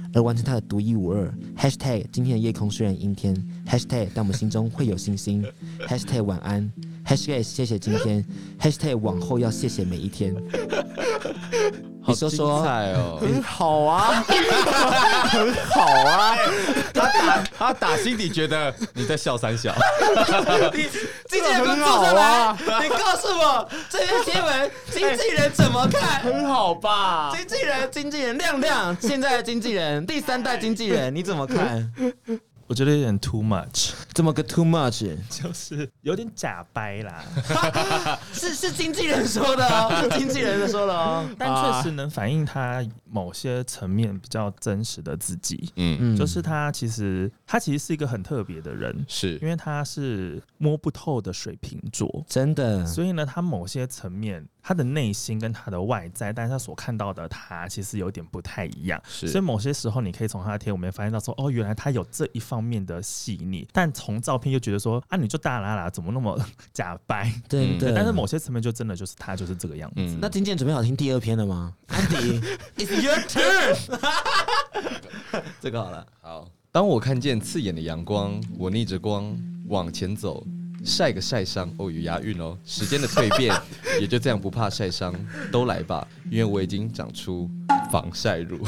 而完成它的独一无二。#今天的夜空虽然阴天 #但我们心中会有星星 #晚安 #谢谢今天 #往后要谢谢每一天。你说说， 很好啊，很好啊。 他打心底觉得你在笑三小。 你经纪人给我坐上来，你告诉我这篇贴文经纪人怎么看？ 很好吧？ 经纪人亮亮，现在的经纪人，第3代经纪人，你怎么看？ 我觉得有点 too much， 怎么个 too much？ 就是有点假掰啦。 是经纪人说的哦，是经纪人说的哦。 但确实能反映他某些层面比较真实的自己。就是他其实是一个很特别的人， 是因为他是摸不透的水瓶座， 真的。 所以呢，他某些层面，他的内心跟他的外在，但是他所看到的他其实有点不太一样。所以某些时候，你可以从他的贴文里面发现到说，哦，原来他有这一方面的细腻，但从照片又觉得说，啊，你就大啦啦，怎么那么假掰？ 对对。 但是某些层面就真的就是他就是这个样子。 那今天准备好听第2篇了吗？安迪 ，It's your turn 。这个好了。 好，当我看见刺眼的阳光，我逆着光往前走。晒个晒伤哦，有押韵哦。时间的蜕变，也就这样不怕晒伤，都来吧，因为我已经长出防晒乳。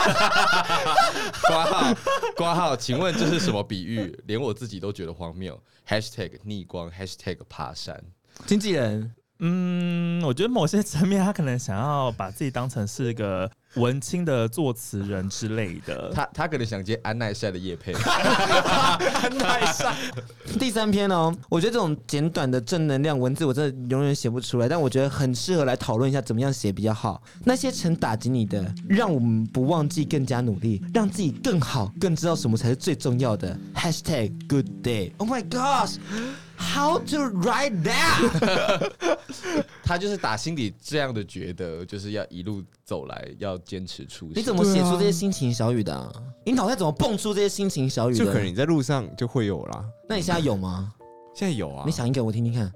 挂号，请问这是什么比喻？连我自己都觉得荒谬。#逆光 #爬山。 经纪人。 我觉得某些层面，他可能想要把自己当成是个文青的作词人之类的。 他可能想接安耐晒的业配。 安耐晒。第3篇哦，我觉得这种简短的正能量文字，我真的永远写不出来，但我觉得很适合来讨论一下怎么样写比较好。那些曾打击你的，让我们不忘记更加努力，让自己更好，更知道什么才是最重要的。#good day。Oh my gosh。How to write that？ 他就是打心底这样的觉得，就是要一路走来，要坚持出。 你怎么写出这些心情小语的啊？你脑袋怎么蹦出这些心情小语的？ 就可能你在路上就会有啦。 那你现在有吗？ 现在有啊。 你想一个我听听看。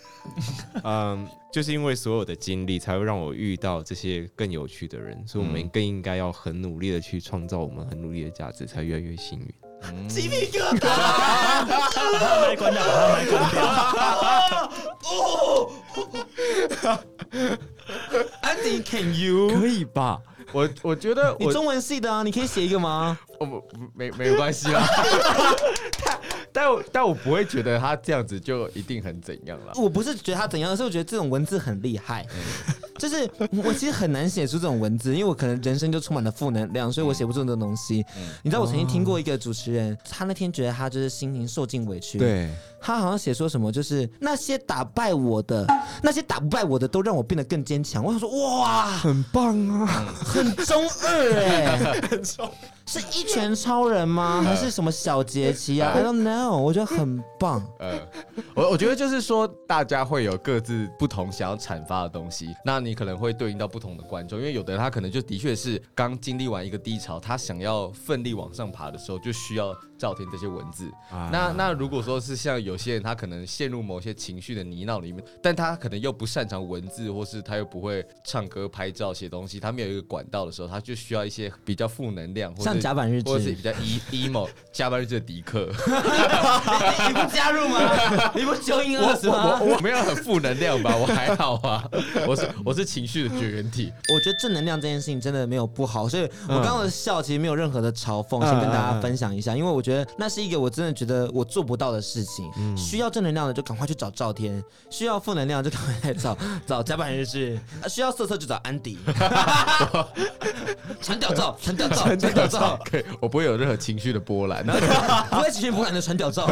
就是因为所有的经历，才会让我遇到这些更有趣的人，所以我们更应该要很努力的去创造我们很努力的价值，才越来越幸运。 鸡皮疙瘩！ 把他麦关掉，把他麦关掉。Andy can you？ 可以吧？ 我觉得你中文系的啊，你可以写一个吗？ 没关系啦。但我不会觉得他这样子就一定很怎样啦。 我不是觉得他怎样，而是我觉得这种文字很厉害。就是我其实很难写出这种文字，因为我可能人生就充满了负能量，所以我写不出这种东西。你知道我曾经听过一个主持人，他那天觉得他就是心情受尽委屈。 对。 他好像写说什么，就是那些打不败我的，都让我变得更坚强。我想说，哇， 很棒啊， 很中二哎，是一拳超人吗？还是什么小节气啊 ？I don't know， 我觉得很棒。 我觉得就是说，大家会有各自不同想要阐发的东西，那你可能会对应到不同的观众，因为有的人他可能就的确是刚经历完一个低潮，他想要奋力往上爬的时候，就需要照填这些文字。那如果说是像有些人他可能陷入某些情绪的泥淖里面，但他可能又不擅长文字，或是他又不会唱歌、拍照、写东西，他没有一个管道的时候，他就需要一些比较负能量， 像甲板日志， 或者是比较 emo 甲板日志的迪克。 你不加入吗？你不920吗？ 我没有很负能量吧，我还好啊。我是情绪的绝缘体。 我觉得正能量这件事情真的没有不好，所以我刚刚的笑其实没有任何的嘲讽，先跟大家分享一下，因为我觉得那是一个我真的觉得我做不到的事情。需要正能量的就赶快去找赵天，需要负能量就赶快来找甲板日志，需要色色就找安迪。传屌照， 可以，我不会有任何情绪的波澜， 不会情绪波澜的传屌照。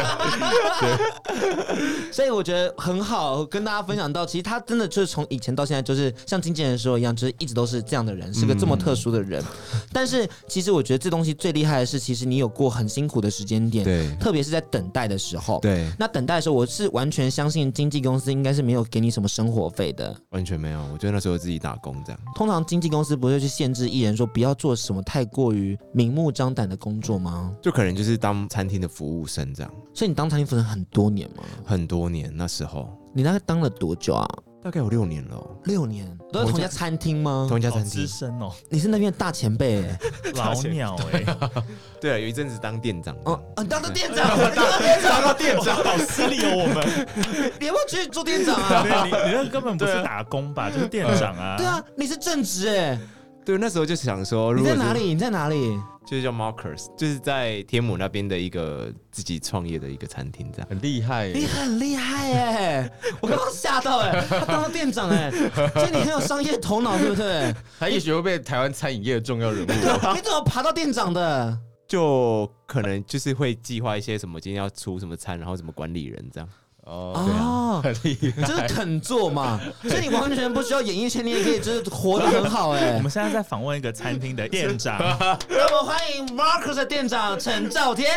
所以我觉得很好，跟大家分享到，其实他真的就是从以前到现在，就是像经纪人说一样，就是一直都是这样的人，是个这么特殊的人。但是其实我觉得这东西最厉害的是，其实你有过很辛苦的时间点， 对， 特别是在等待的时候。 对， 那等待的时候，我是完全相信经纪公司应该是没有给你什么生活费的， 完全没有。我觉得那时候自己打工这样。 通常经纪公司不会去限制艺人说不要做什么太过于明目张胆的工作吗？ 就可能就是当餐厅的服务生这样。 所以你当餐厅服务生很多年吗？ 很多年，那时候。 你大概当了多久啊？ 大概有6年了 ，6年都是同一家餐厅吗？ 同一家餐厅， 资深哦， 你是那边的大前辈老鸟对啊，有一阵子当店长。 当店长，当到店长， 好失礼哦，我们。 你要不要去做店长啊？ 你那根本不是打工吧，就是店长啊。 对啊，你是正职对，那时候就想说， 你在哪里？你在哪里？ 就是叫 Markers， 就是在天母那边的一个自己创业的一个餐厅，这样很厉害。 你很厉害我刚刚吓到他当了店长所以你很有商业头脑，对不对？ 他也许会被台湾餐饮业的重要人物。 你怎么爬到店长的？ 就可能就是会计划一些什么，今天要出什么餐，然后怎么管理人这样。 很厉害， 就是肯做嘛，所以你完全不需要演艺圈，你也可以就是活得很好我们现在在访问一个餐厅的店长， 让我们欢迎 Markers 的店长陈兆天。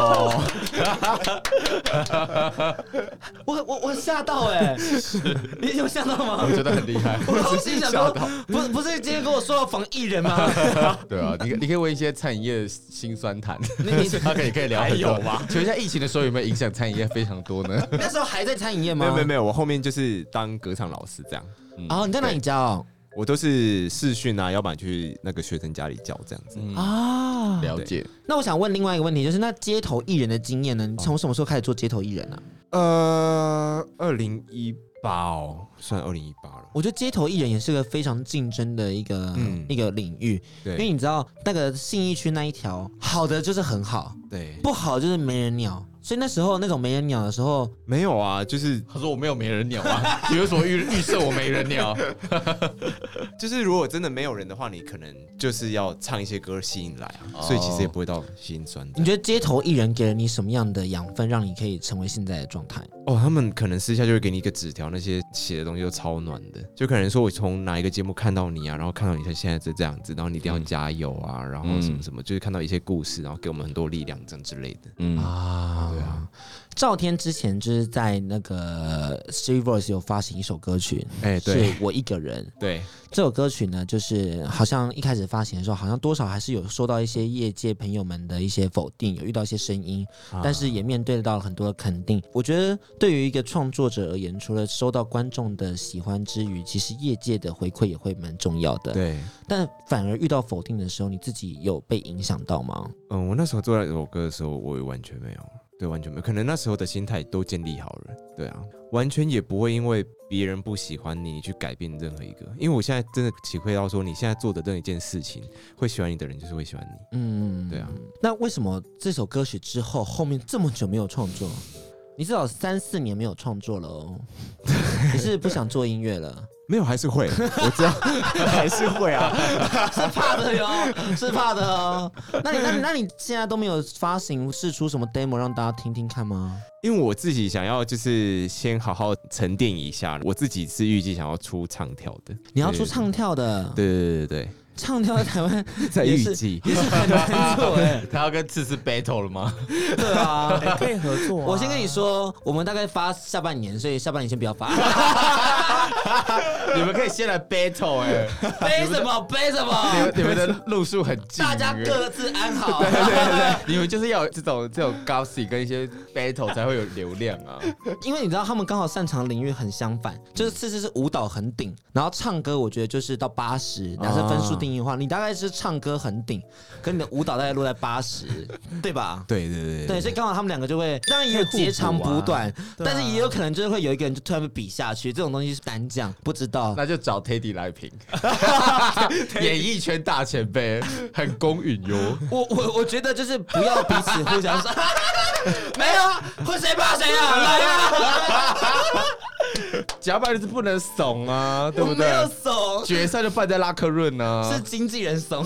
我吓到你有吓到吗？ 我觉得很厉害。 我刚心想说，不是今天跟我说要访艺人吗？ 对啊，你可以问一些餐饮业辛酸谈，他可以聊。 还有吗？ 请问一下，疫情的时候有没有影响餐饮业非常多呢？ 那时候还在餐饮业吗？ 没有，我后面就是当歌唱老师这样。 你在哪里教？ 我都是视讯啊，要不然去那个学生家里教这样子。 了解。 那我想问另外一个问题，就是那街头艺人的经验呢？你从什么时候开始做街头艺人啊 ？2018算2018了。 我觉得街头艺人也是个非常竞争的一个领域， 对， 因为你知道那个信义区那一条，好的就是很好， 对， 不好就是没人鸟。所以那时候那种没人鸟的时候， 没有啊，就是他说我没有没人鸟啊，你为什么预设我没人鸟？ 就是如果真的没有人的话，你可能就是要唱一些歌吸引来啊，所以其实也不会到心酸。 你觉得街头艺人给了你什么样的养分，让你可以成为现在的状态？ 他们可能私下就会给你一个纸条，那些写的东西都超暖的，就可能说我从哪一个节目看到你啊，然后看到你现在是这样子，然后你一定要加油啊，然后什么什么，就是看到一些故事，然后给我们很多力量这样之类的。 对啊。兆天之前就是在那个 Street Voice 有发行一首歌曲， 对， 是我一个人。 对， 这首歌曲呢，就是好像一开始发行的时候，好像多少还是有收到一些业界朋友们的一些否定，有遇到一些声音，但是也面对到了很多的肯定。我觉得对于一个创作者而言，除了收到观众的喜欢之余，其实业界的回馈也会蛮重要的。 对， 但反而遇到否定的时候，你自己有被影响到吗？ 我那时候做那首歌的时候，我也完全没有。对，完全没有，可能那时候的心态都建立好了，对啊，完全也不会因为别人不喜欢你，你去改变任何一个。因为我现在真的体会到说，你现在做的任何一件事情，会喜欢你的人就是会喜欢你。对啊。 那为什么这首歌曲之后后面这么久没有创作？你至少3-4年没有创作了哦。你是不想做音乐了？ 没有，还是会，我知道，还是会啊， 是怕的哟，是怕的哦。那你现在都没有发行释出什么 demo 让大家听听看吗？ 因为我自己想要就是先好好沉淀一下，我自己是预计想要出唱跳的。 你要出唱跳的？ 对。 唱跳在台湾在预计也是很难做他要跟次次 battle 了吗？ 对啊， 可以合作。 我先跟你说，我们大概发下半年，所以下半年先不要发。 你们可以先来 battle 背什么？ 你们的路数很近， 大家各自安好。 对，你们就是要有这种 gossip 跟一些 battle 才会有流量啊。 因为你知道他们刚好擅长领域很相反，就是次次是舞蹈很顶，然后唱歌我觉得就是到80，假设分数定义的话，你大概是唱歌很顶，跟你的舞蹈大概落在80，对吧？ 对， 所以刚好他们两个就会，当然也有截长补短，但是也有可能就是会有一个人就突然被比下去，这种东西是难讲，不知道。 那就找 Teddy 来评，演艺圈大前辈，很公允哟。 我觉得就是不要彼此互相说，没有啊，会谁怕谁啊，来啊！ 甲板日子不能怂啊，对不对？ 我没有怂， 决赛就办在拉克润啊， 是经纪人怂。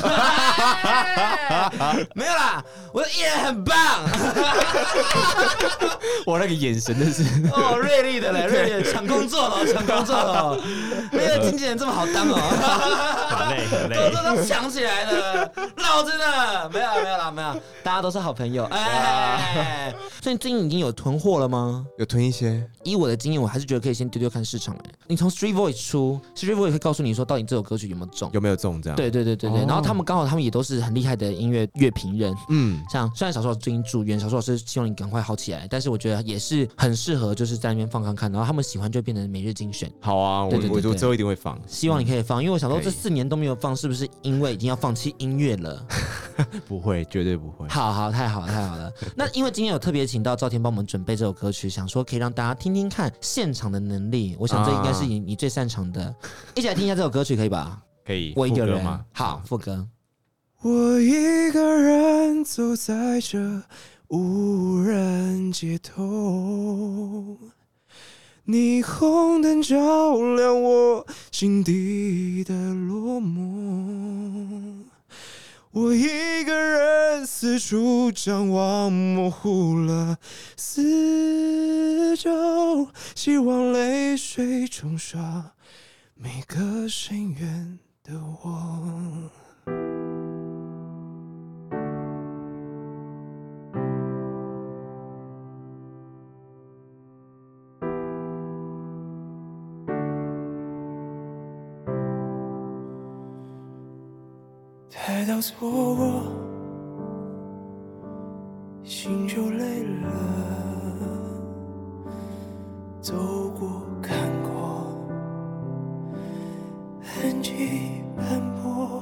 没有啦，我的艺人很棒。 我那个眼神真是锐利的嘞，锐利的抢工作了，没有经纪人这么好当哦。 很累， 都抢起来了，老子呢？没有啦，大家都是好朋友。所以最近已经有囤货了吗？ 有囤一些。 以我的经验，我还是觉得可以先丢丢看市场你从 Street Voice 出 ，Street Voice 会告诉你说到底这首歌曲有没有中， 有没有中这样。 对。然后他们也都是很厉害的音乐乐评人，像虽然小树老师最近住院，小树老师希望你赶快好起来，但是我觉得也是很适合，就是在那边放看看，然后他们喜欢就变成每日精选。 好啊，我之后一定会放， 希望你可以放，因为我想说这4年都没有放，是不是因为已经要放弃音乐了？ 不会，绝对不会。 好，太好了。那因为今天有特别请到赵天帮我们准备这首歌曲，想说可以让大家听听看现场的能力，我想这应该是你最擅长的，一起来听一下这首歌曲，可以吧？ 可以。 我一个人吗？好，副歌。 我一个人走在这无人街头，霓虹灯照亮我心底的落寞，我一个人四处张望，模糊了四周，希望泪水冲刷每个深渊的我。太到错过，心就累了，走过看过，痕迹斑驳，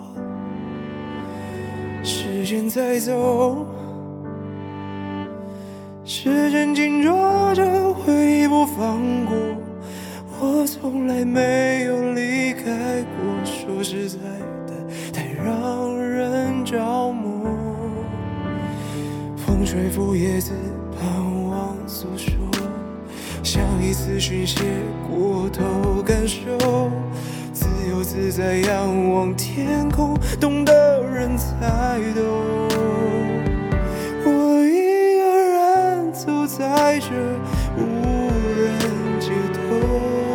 时间在走，时针紧捉着回忆不放过，我从来没有离开过，说实在的太让人着魔，风吹拂叶子盼望诉说，像一次宣泄过头感受，自由自在仰望天空，懂的人才懂。我一个人走在这无人街头，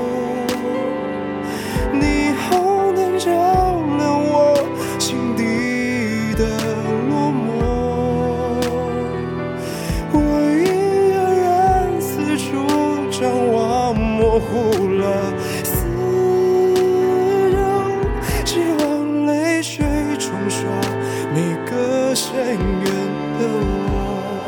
霓虹灯照亮我心底的落寞，我一个人四处张望，模糊了四周，希望泪水冲刷每个深渊的我。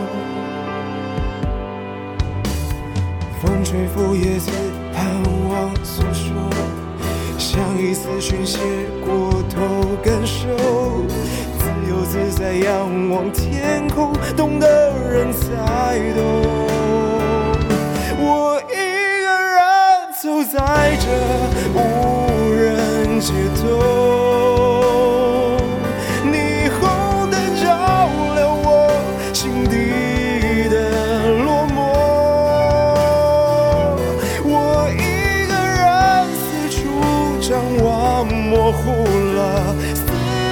风吹拂叶子盼望诉说，像一次宣泄过头感受，自由自在仰望天空，懂的人才懂。我一个人走在这无人街头，霓虹灯照亮我心底的落寞，我一个人四处张望，模糊了四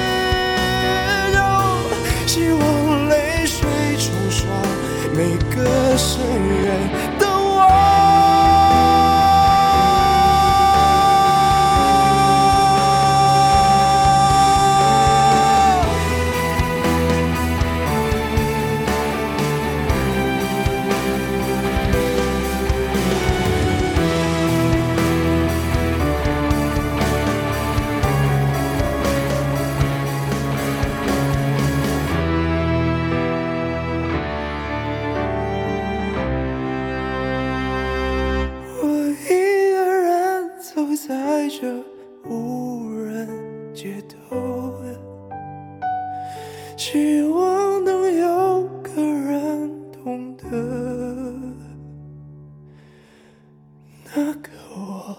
周，希望泪水冲刷每个深渊的我。在这无人街头，希望能有个人懂得那个我。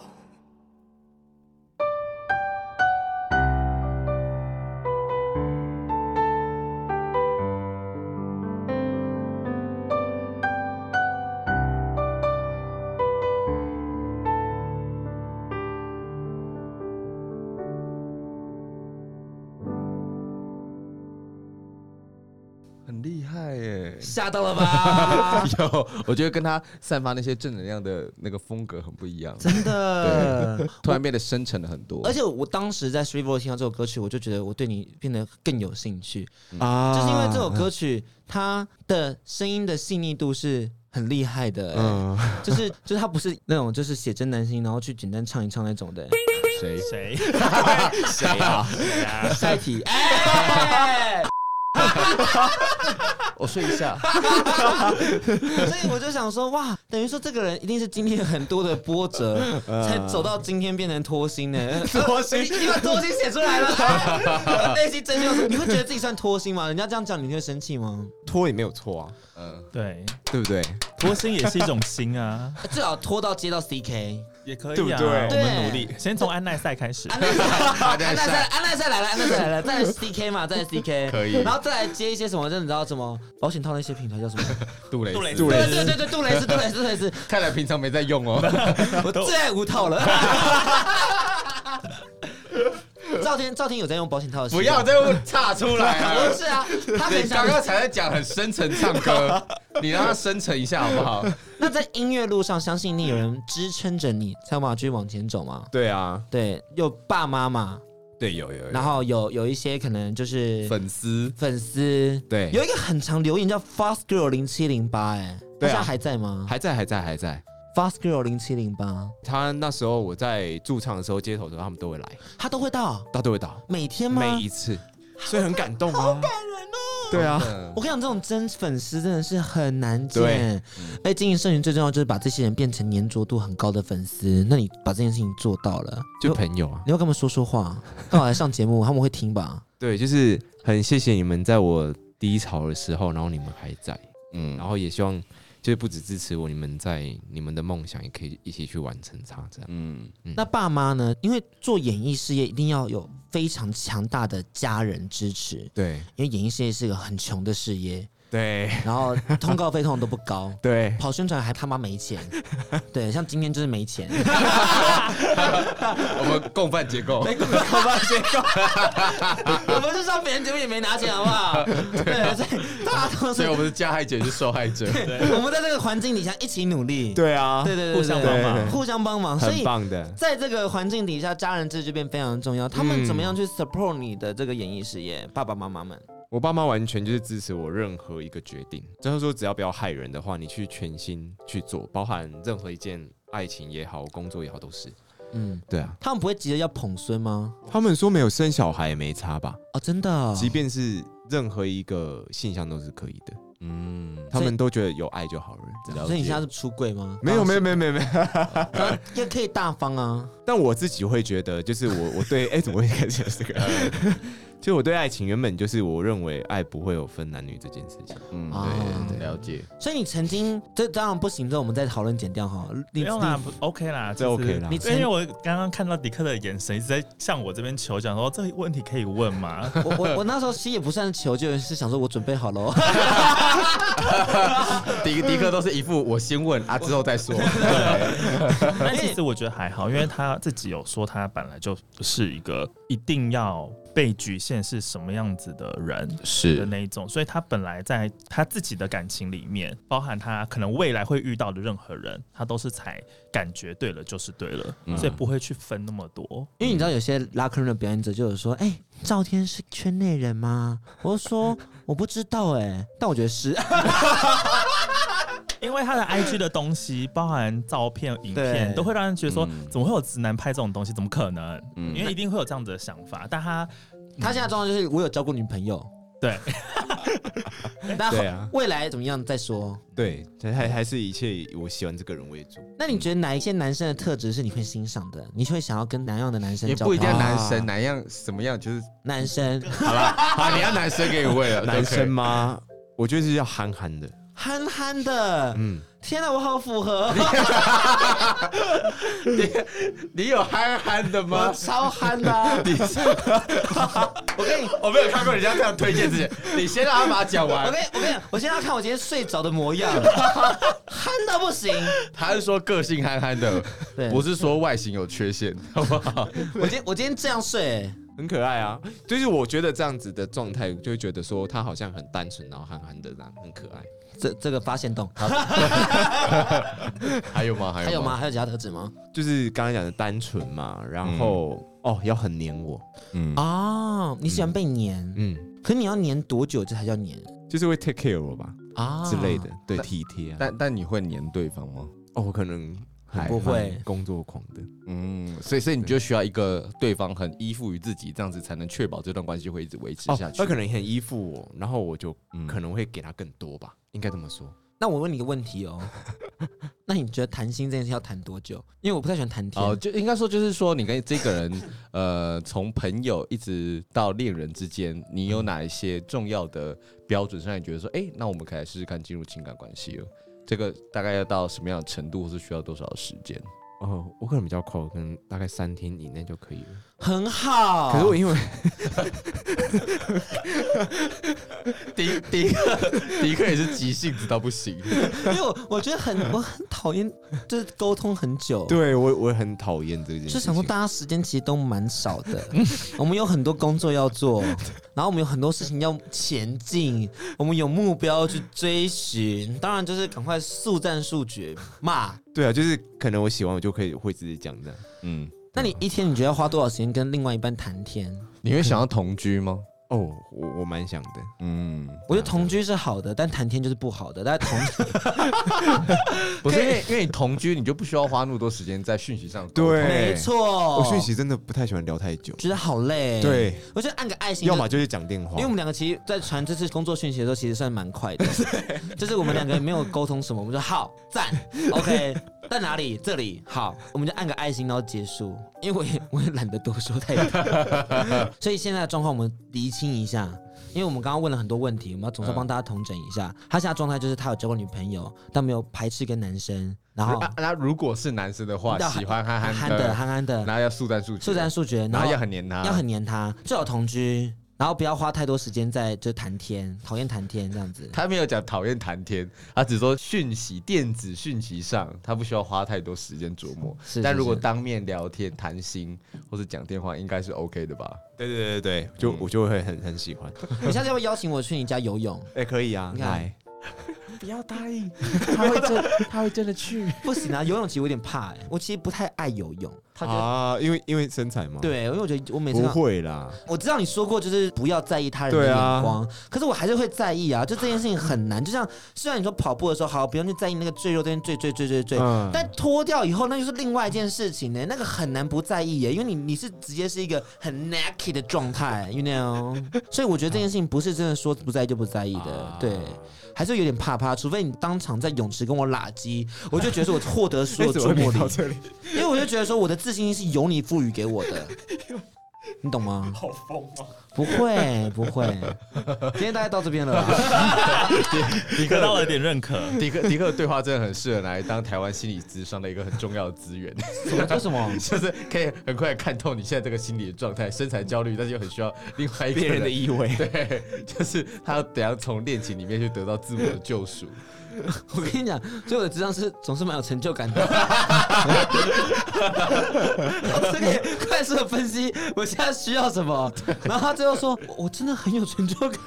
很厉害耶， 吓到了吧？ 有，我觉得跟他散发那些正能量的那个风格很不一样， 真的， 突然变得深沉了很多。 而且我当时在 Street Voice 听到这首歌曲，我就觉得我对你变得更有兴趣啊，就是因为这首歌曲它的声音的细腻度是很厉害的，就是他不是那种就是写真男星，然后去简单唱一唱那种的。 谁啊？ 下一题， 我睡一下。 所以我就想说，哇，等于说这个人一定是经历了很多的波折，才走到今天变成脱星的。脱星，你把脱星写出来了。内心真心，你会觉得自己算脱星吗？人家这样讲，你会生气吗？ 脱也没有错啊， 对不对？ 脱星也是一种星啊， 最好拖到接到 CK 也可以啊， 对不对？ 我们努力，先从安奈赛开始。 安奈赛来了，再来 CK 嘛，再来 CK 可以， 然后再来接一些什么，你知道什么保险套那些品牌叫什么？ 杜蕾斯， 对，杜蕾斯。 看来平常没在用哦。 我最爱无套了。赵天有在用保险套的， 不要再岔出来啊！ 不是啊，他你刚刚才在讲很深沉唱歌，你让他深沉一下好不好？ 那在音乐路上，相信一定有人支撑着你，才有办法继续往前走嘛。 对啊， 对，有爸妈嘛。 对，有， 然后有一些可能就是粉丝， 对， 有一个很常留言叫 Fast Girl 0708，他现在还在吗？ 还在。 Fast Girl 0708， 他那时候我在驻唱的时候，街头的时候他们都会来， 他都会到， 每天吗？ 每一次，所以很感动啊， 好感人哦。 对啊， 我跟你讲，这种真粉丝真的是很难见。哎，经营社群最重要就是把这些人变成粘着度很高的粉丝。那你把这件事情做到了， 就朋友啊， 你要跟他们说话，刚好来上节目，他们会听吧？ 对，就是很谢谢你们在我低潮的时候，然后你们还在，然后也希望。就是不只支持我，你们在你们的梦想也可以一起去完成它，这样。 那爸妈呢？因为做演艺事业一定要有非常强大的家人支持。 对， 因为演艺事业是个很穷的事业。 对， 然后通告费通常都不高， 对， 跑宣传还他妈没钱，对，像今天就是没钱， 我们共犯结构， 我们就上别人节目也没拿钱，好不好？对，所以大家都是， 所以我们是加害者，是受害者。 我们在这个环境底下一起努力， 对啊， 对， 互相帮忙， 互相帮忙，所以很棒的。 在这个环境底下，家人制就变非常重要。他们怎么样去 support 你的这个演艺事业？爸爸妈妈们。 我爸妈完全就是支持我任何一个决定，就是说只要不要害人的话，你去全心去做，包含任何一件爱情也好，工作也好，都是。对啊。 他们不会急着要捧孙吗？ 他们说没有生小孩也没差吧？ 哦，真的哦。 即便是任何一个性向都是可以的。他们都觉得有爱就好了。 所以你现在是出柜吗？ 没有， 也可以大方啊。 但我自己会觉得，就是我对怎么会开始这个？就我对爱情原本就是我认为爱不会有分男女这件事情。 对，了解。 所以你曾经这当然不行，之后我们再讨论剪掉哈。 不用啦，OK 啦， 这 OK 啦。 因为我刚刚看到迪克的眼神一直在向我这边求讲说，这个问题可以问吗？ 我那时候其实也不算求救，是想说我准备好了。 迪克都是一副我先问之后再说。 但其实我觉得还好，因为他自己有说他本来就不是一个一定要被局限是什么样子的人的那一种，所以他本来在他自己的感情里面，包含他可能未来会遇到的任何人，他都是才感觉对了就是对了，所以不会去分那么多。 因为你知道有些拉客人的表演者就有说，赵天是圈内人吗？我就说我不知道但我觉得是。 因为他的 IG 的东西，包含照片、影片，都会让人觉得说，怎么会有直男拍这种东西？怎么可能？因为一定会有这样子的想法。但他现在状况就是，我有交过女朋友。 对， 那未来怎么样再说？ 对，还是一切以我喜欢这个人为主。 那你觉得哪一些男生的特质是你会欣赏的？你会想要跟哪样的男生交也不一定要男生，哪样什么样就是男生。 好了，好，你要男生给你喂了， 男生吗？我觉得是要憨憨的。 憨憨的，天哪，我好符合。 你有憨憨的吗？ 我超憨的、啊。 我没有看过人家这样推荐自己。你先让他把它讲完。 我先要看我今天睡着的模样，憨到不行。 他是说个性憨憨的，不是说外形有缺陷，好不好？ 我今天这样睡、 很可爱啊。就是我觉得这样子的状态，就会觉得说他好像很单纯，然后憨憨的这样，很可爱。 这个发现洞， 还有吗？ 还有其他特质吗？ 就是刚才讲的单纯嘛，然后要很黏我， 你喜欢被黏，可你要黏多久这才叫黏？ 就是会 take care 我吧。 之类的，对，体贴啊。 但你会黏对方吗？ 哦，我可能不会工作狂的， 所以你就需要一个对方很依附于自己，这样子才能确保这段关系会一直维持下去。 他可能很依附我，然后我就可能会给他更多吧，应该这么说。 那我问你一个问题哦，那你觉得谈心这件事要谈多久？因为我不太喜欢谈天。 就应该说就是说，你跟这个人，从朋友一直到恋人之间，你有哪一些重要的标准是让你觉得说，那我们可以来试试看进入情感关系了？这个大概要到什么样的程度，或是需要多少的时间？ 我可能比较快，可能大概3天以内就可以了。 很好。 可是我因为迪克也是急性子到不行， 因为我觉得我很讨厌，就是沟通很久。 对我很讨厌这件事情。 就想说大家时间其实都蛮少的，我们有很多工作要做，然后我们有很多事情要前进，我们有目标去追寻，当然就是赶快速战速决嘛。 对啊，就是可能我喜欢我就会直接讲这样。 那你一天你觉得要花多少时间跟另外一半谈天？ 你会想要同居吗？ 我蛮想的。 我觉得同居是好的，但谈天就是不好的。但不是因为你同居，你就不需要花那么多时间在讯息上。 对， 没错。 我讯息真的不太喜欢聊太久， 觉得好累。 对， 我觉得按个爱心， 要么就是讲电话。 因为我们两个其实，在传这次工作讯息的时候，其实算蛮快的。就是我们两个也没有沟通什么，我们就好赞 ，OK， 在哪里？这里好，我们就按个爱心，然后结束。因为我也懒得多说太多，所以现在的状况我们厘清一下。因为我们刚刚问了很多问题，我们要总是帮大家统整一下。他现在状态就是他有交过女朋友，但没有排斥跟男生。然后， 那如果是男生的话，喜欢憨憨的，然后要速战速决，然后要很黏他， 最好同居。然后不要花太多时间在就谈天，讨厌谈天这样子。 他没有讲讨厌谈天，他只说电子讯息上，他不需要花太多时间琢磨。但如果当面聊天、谈心或是讲电话，应该是 OK 的吧？ 对，我就会很喜欢。 你下次要不要邀请我去你家游泳？ 可以啊，来。 不要答应，他会真的去。不行啊，游泳其实我有点怕我其实不太爱游泳。 因为身材吗？ 对，因为我觉得我每次不会啦。 我知道你说过就是不要在意他人的眼光，可是我还是会在意啊。就这件事情很难，就像虽然你说跑步的时候好，不用去在意那个赘肉这边赘，但脱掉以后那就是另外一件事情呢，那个很难不在意耶，因为你是直接是一个很 naked 的状态 ，you know。所以我觉得这件事情不是真的说不在意就不在意的，对。还是有点怕，除非你当场在泳池跟我拉鸡，我就觉得说我获得所有周末礼，因为我就觉得说我的自信心是由你赋予给我的，你懂吗？ 好疯哦！ 不会，今天大概到这边了。 迪克到了点认可， 迪克的对话真的很适合来当台湾心理咨商的一个很重要的资源。 什么？ 就是可以很快看透你现在这个心理的状态，身材焦虑，但是又很需要另外一个人的依偎。 对，就是他要怎样从恋情里面去得到自我的救赎。 我跟你讲，所以我的智商是总是蛮有成就感的。这个快速的分析我现在需要什么，然后他最后说我真的很有成就感。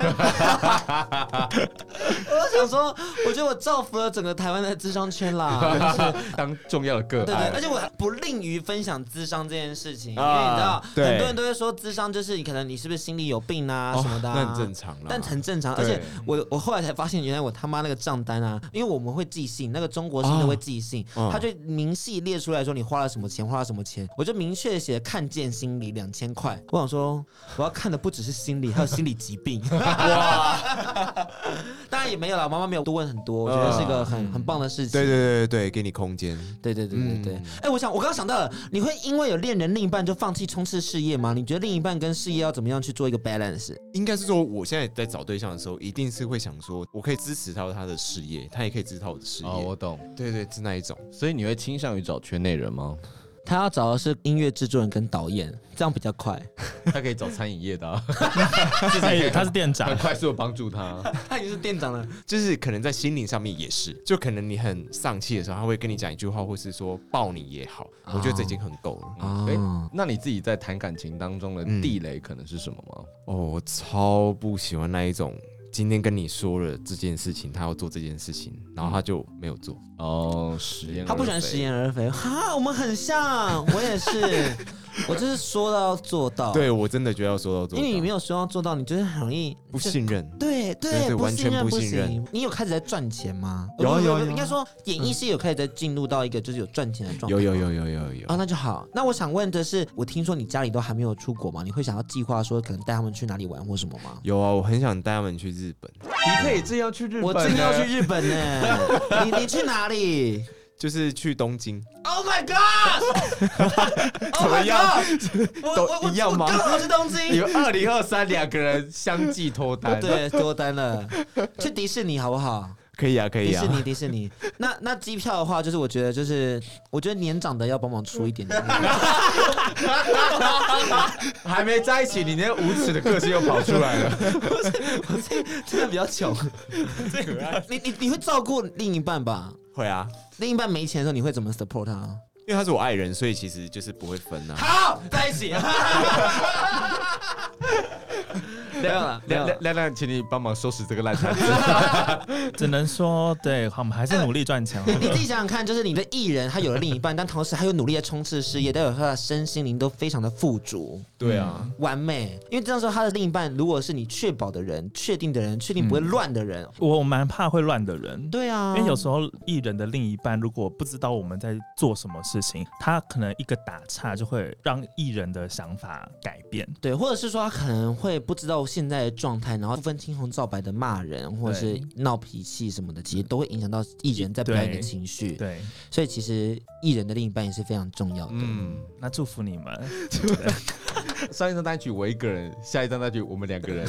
我想说，我觉得我造福了整个台湾的智商圈啦， 就是当重要的个案。 对，而且我不吝于分享智商这件事情，因为你知道很多人都会说智商就是你可能你是不是心里有病啊什么的， 那很正常啦， 但很正常。而且我后来才发现，原来我他妈那个账单啊。因为我们会寄信，那个中国信都会寄信，他就明细列出来说你花了什么钱，我就明确写看见心理2000块。我想说，我要看的不只是心理，还有心理疾病。哇！当然也没有啦，妈妈没有多问很多，我觉得是一个很棒的事情。 对，给你空间。 对。我刚刚想到了，你会因为有恋人另一半就放弃冲刺事业吗？你觉得另一半跟事业要怎么样去做一个 balance？ 应该是说，我现在在找对象的时候，一定是会想说，我可以支持他的事业。他也可以知道我的事业。 我懂。 对，是那一种。 所以你会倾向于找圈内人吗？ 他要找的是音乐制作人跟导演，这样比较快。 他可以找餐饮业的他是店长， 很快速的帮助他。 他已经是店长了， 就是可能在心灵上面也是，就可能你很丧气的时候，他会跟你讲一句话，或是说抱你也好，我觉得这已经很够了。 那你自己在谈感情当中的地雷可能是什么吗？ 我超不喜欢那一种。今天跟你说了这件事情，他要做这件事情，然后他就没有做。 食言而肥。 他不喜欢食言而肥。哈，我们很像，我也是。 我就是说到要做到。 对我真的觉得要说到做到， 因为你没有说到做到，你就是很容易不信任。 对， 完全不信任。 你有开始在赚钱吗？ 有， 应该说演艺系有开始在进入到一个就是有赚钱的状态。 有。 哦，那就好。那我想问的是，我听说你家里都还没有出国吗？你会想要计划说可能带他们去哪里玩或什么吗？ 有啊，我很想带他们去日本。 你可以正要去日本， 我正要去日本呢。你去哪里？ 就是去东京。 Oh my god！ 怎么样？ 都一样吗？ 我是东京。 有2023两个人相继脱单， 对，脱单了。去迪士尼好不好？ 可以啊。 迪士尼。那机票的话，就是我觉得年长的要帮忙出一点点。 还没在一起，你那无耻的个性又跑出来了。 我真的比较穷。你会照顾另一半吧？ 会啊。 另一半没钱的时候，你会怎么 support 他？ 因为他是我爱人，所以其实就是不会分啊。 好，在一起。 亮，请你帮忙收拾这个烂摊子。 只能说，对，我们还是努力赚钱。 你自己想想看，就是你的艺人，他有了另一半，但同时还有努力在冲刺事业，代表他的身心灵都非常的富足。 对啊， 完美。因为这样说，他的另一半如果是你确保的人、确定的人、确定不会乱的人， 我蛮怕会乱的人。 对啊， 因为有时候艺人的另一半如果不知道我们在做什么事情，他可能一个打岔就会让艺人的想法改变。 对，或者是说他可能会不知道现在的状态，然后不分青红皂白的骂人，或者是闹脾气什么的，其实都会影响到艺人在表演的情绪。 对， 所以其实艺人的另一半也是非常重要的。 那祝福你们。 上一张单曲我一个人，下一张单曲我们2个人。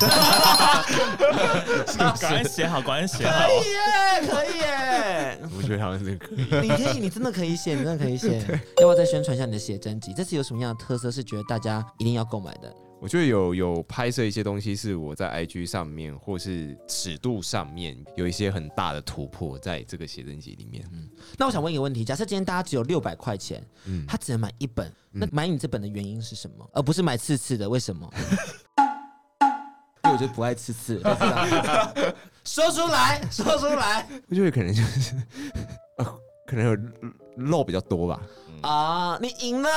赶快写好，可以耶！ 我觉得好像是可以。 你真的可以写，要不要再宣传一下你的写真集？这次有什么样的特色是觉得大家一定要购买的？ 我觉得有拍摄一些东西是我在 IG 上面或是尺度上面有一些很大的突破在这个写真集里面。 那我想问一个问题，假设今天大家只有600块钱，他只能买1本，那买你这本的原因是什么？而不是买次次的？为什么？因为我就不爱次次。说出来。 我觉得可能就是可能有肉比较多吧。 啊，你赢了。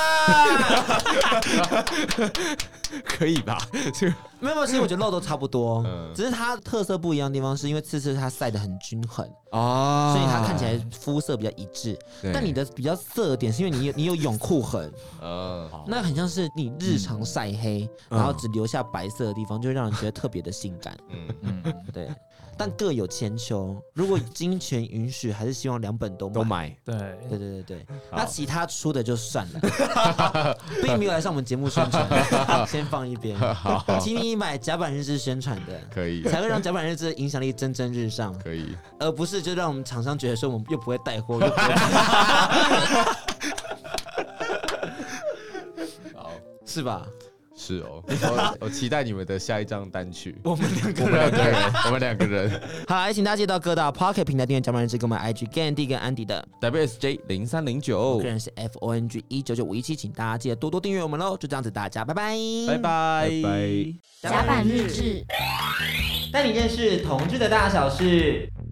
可以吧？ 没有，其实我觉得肉都差不多，只是它特色不一样的地方是因为次次它晒得很均衡哦，所以它看起来肤色比较一致。但你的比较色点是因为你有泳裤痕，那很像是你日常晒黑，然后只留下白色的地方，就会让人觉得特别的性感。对。但各有千秋，如果金钱允许，还是希望2本都买。对。那其他出的就算了，并没有来上我们节目宣传，先放一边。请你买甲板日志宣传的， 可以， 才会让甲板日志的影响力蒸蒸日上。 可以， 而不是就让我们厂商觉得说我们又不会带货，又不会。 好， 是吧？ 是哦，我期待你们的下一张单曲。 我们2个人。好，请大家记得各大 Pocket 平台订阅甲板日志，跟我们 IG Gandy 跟 Andy 的 WSJ0309， 我个人是 FONG199517，请大家记得多多订阅我们喽。就这样子，大家拜拜， 拜拜。 甲板日志， 带你认识同志的大小事。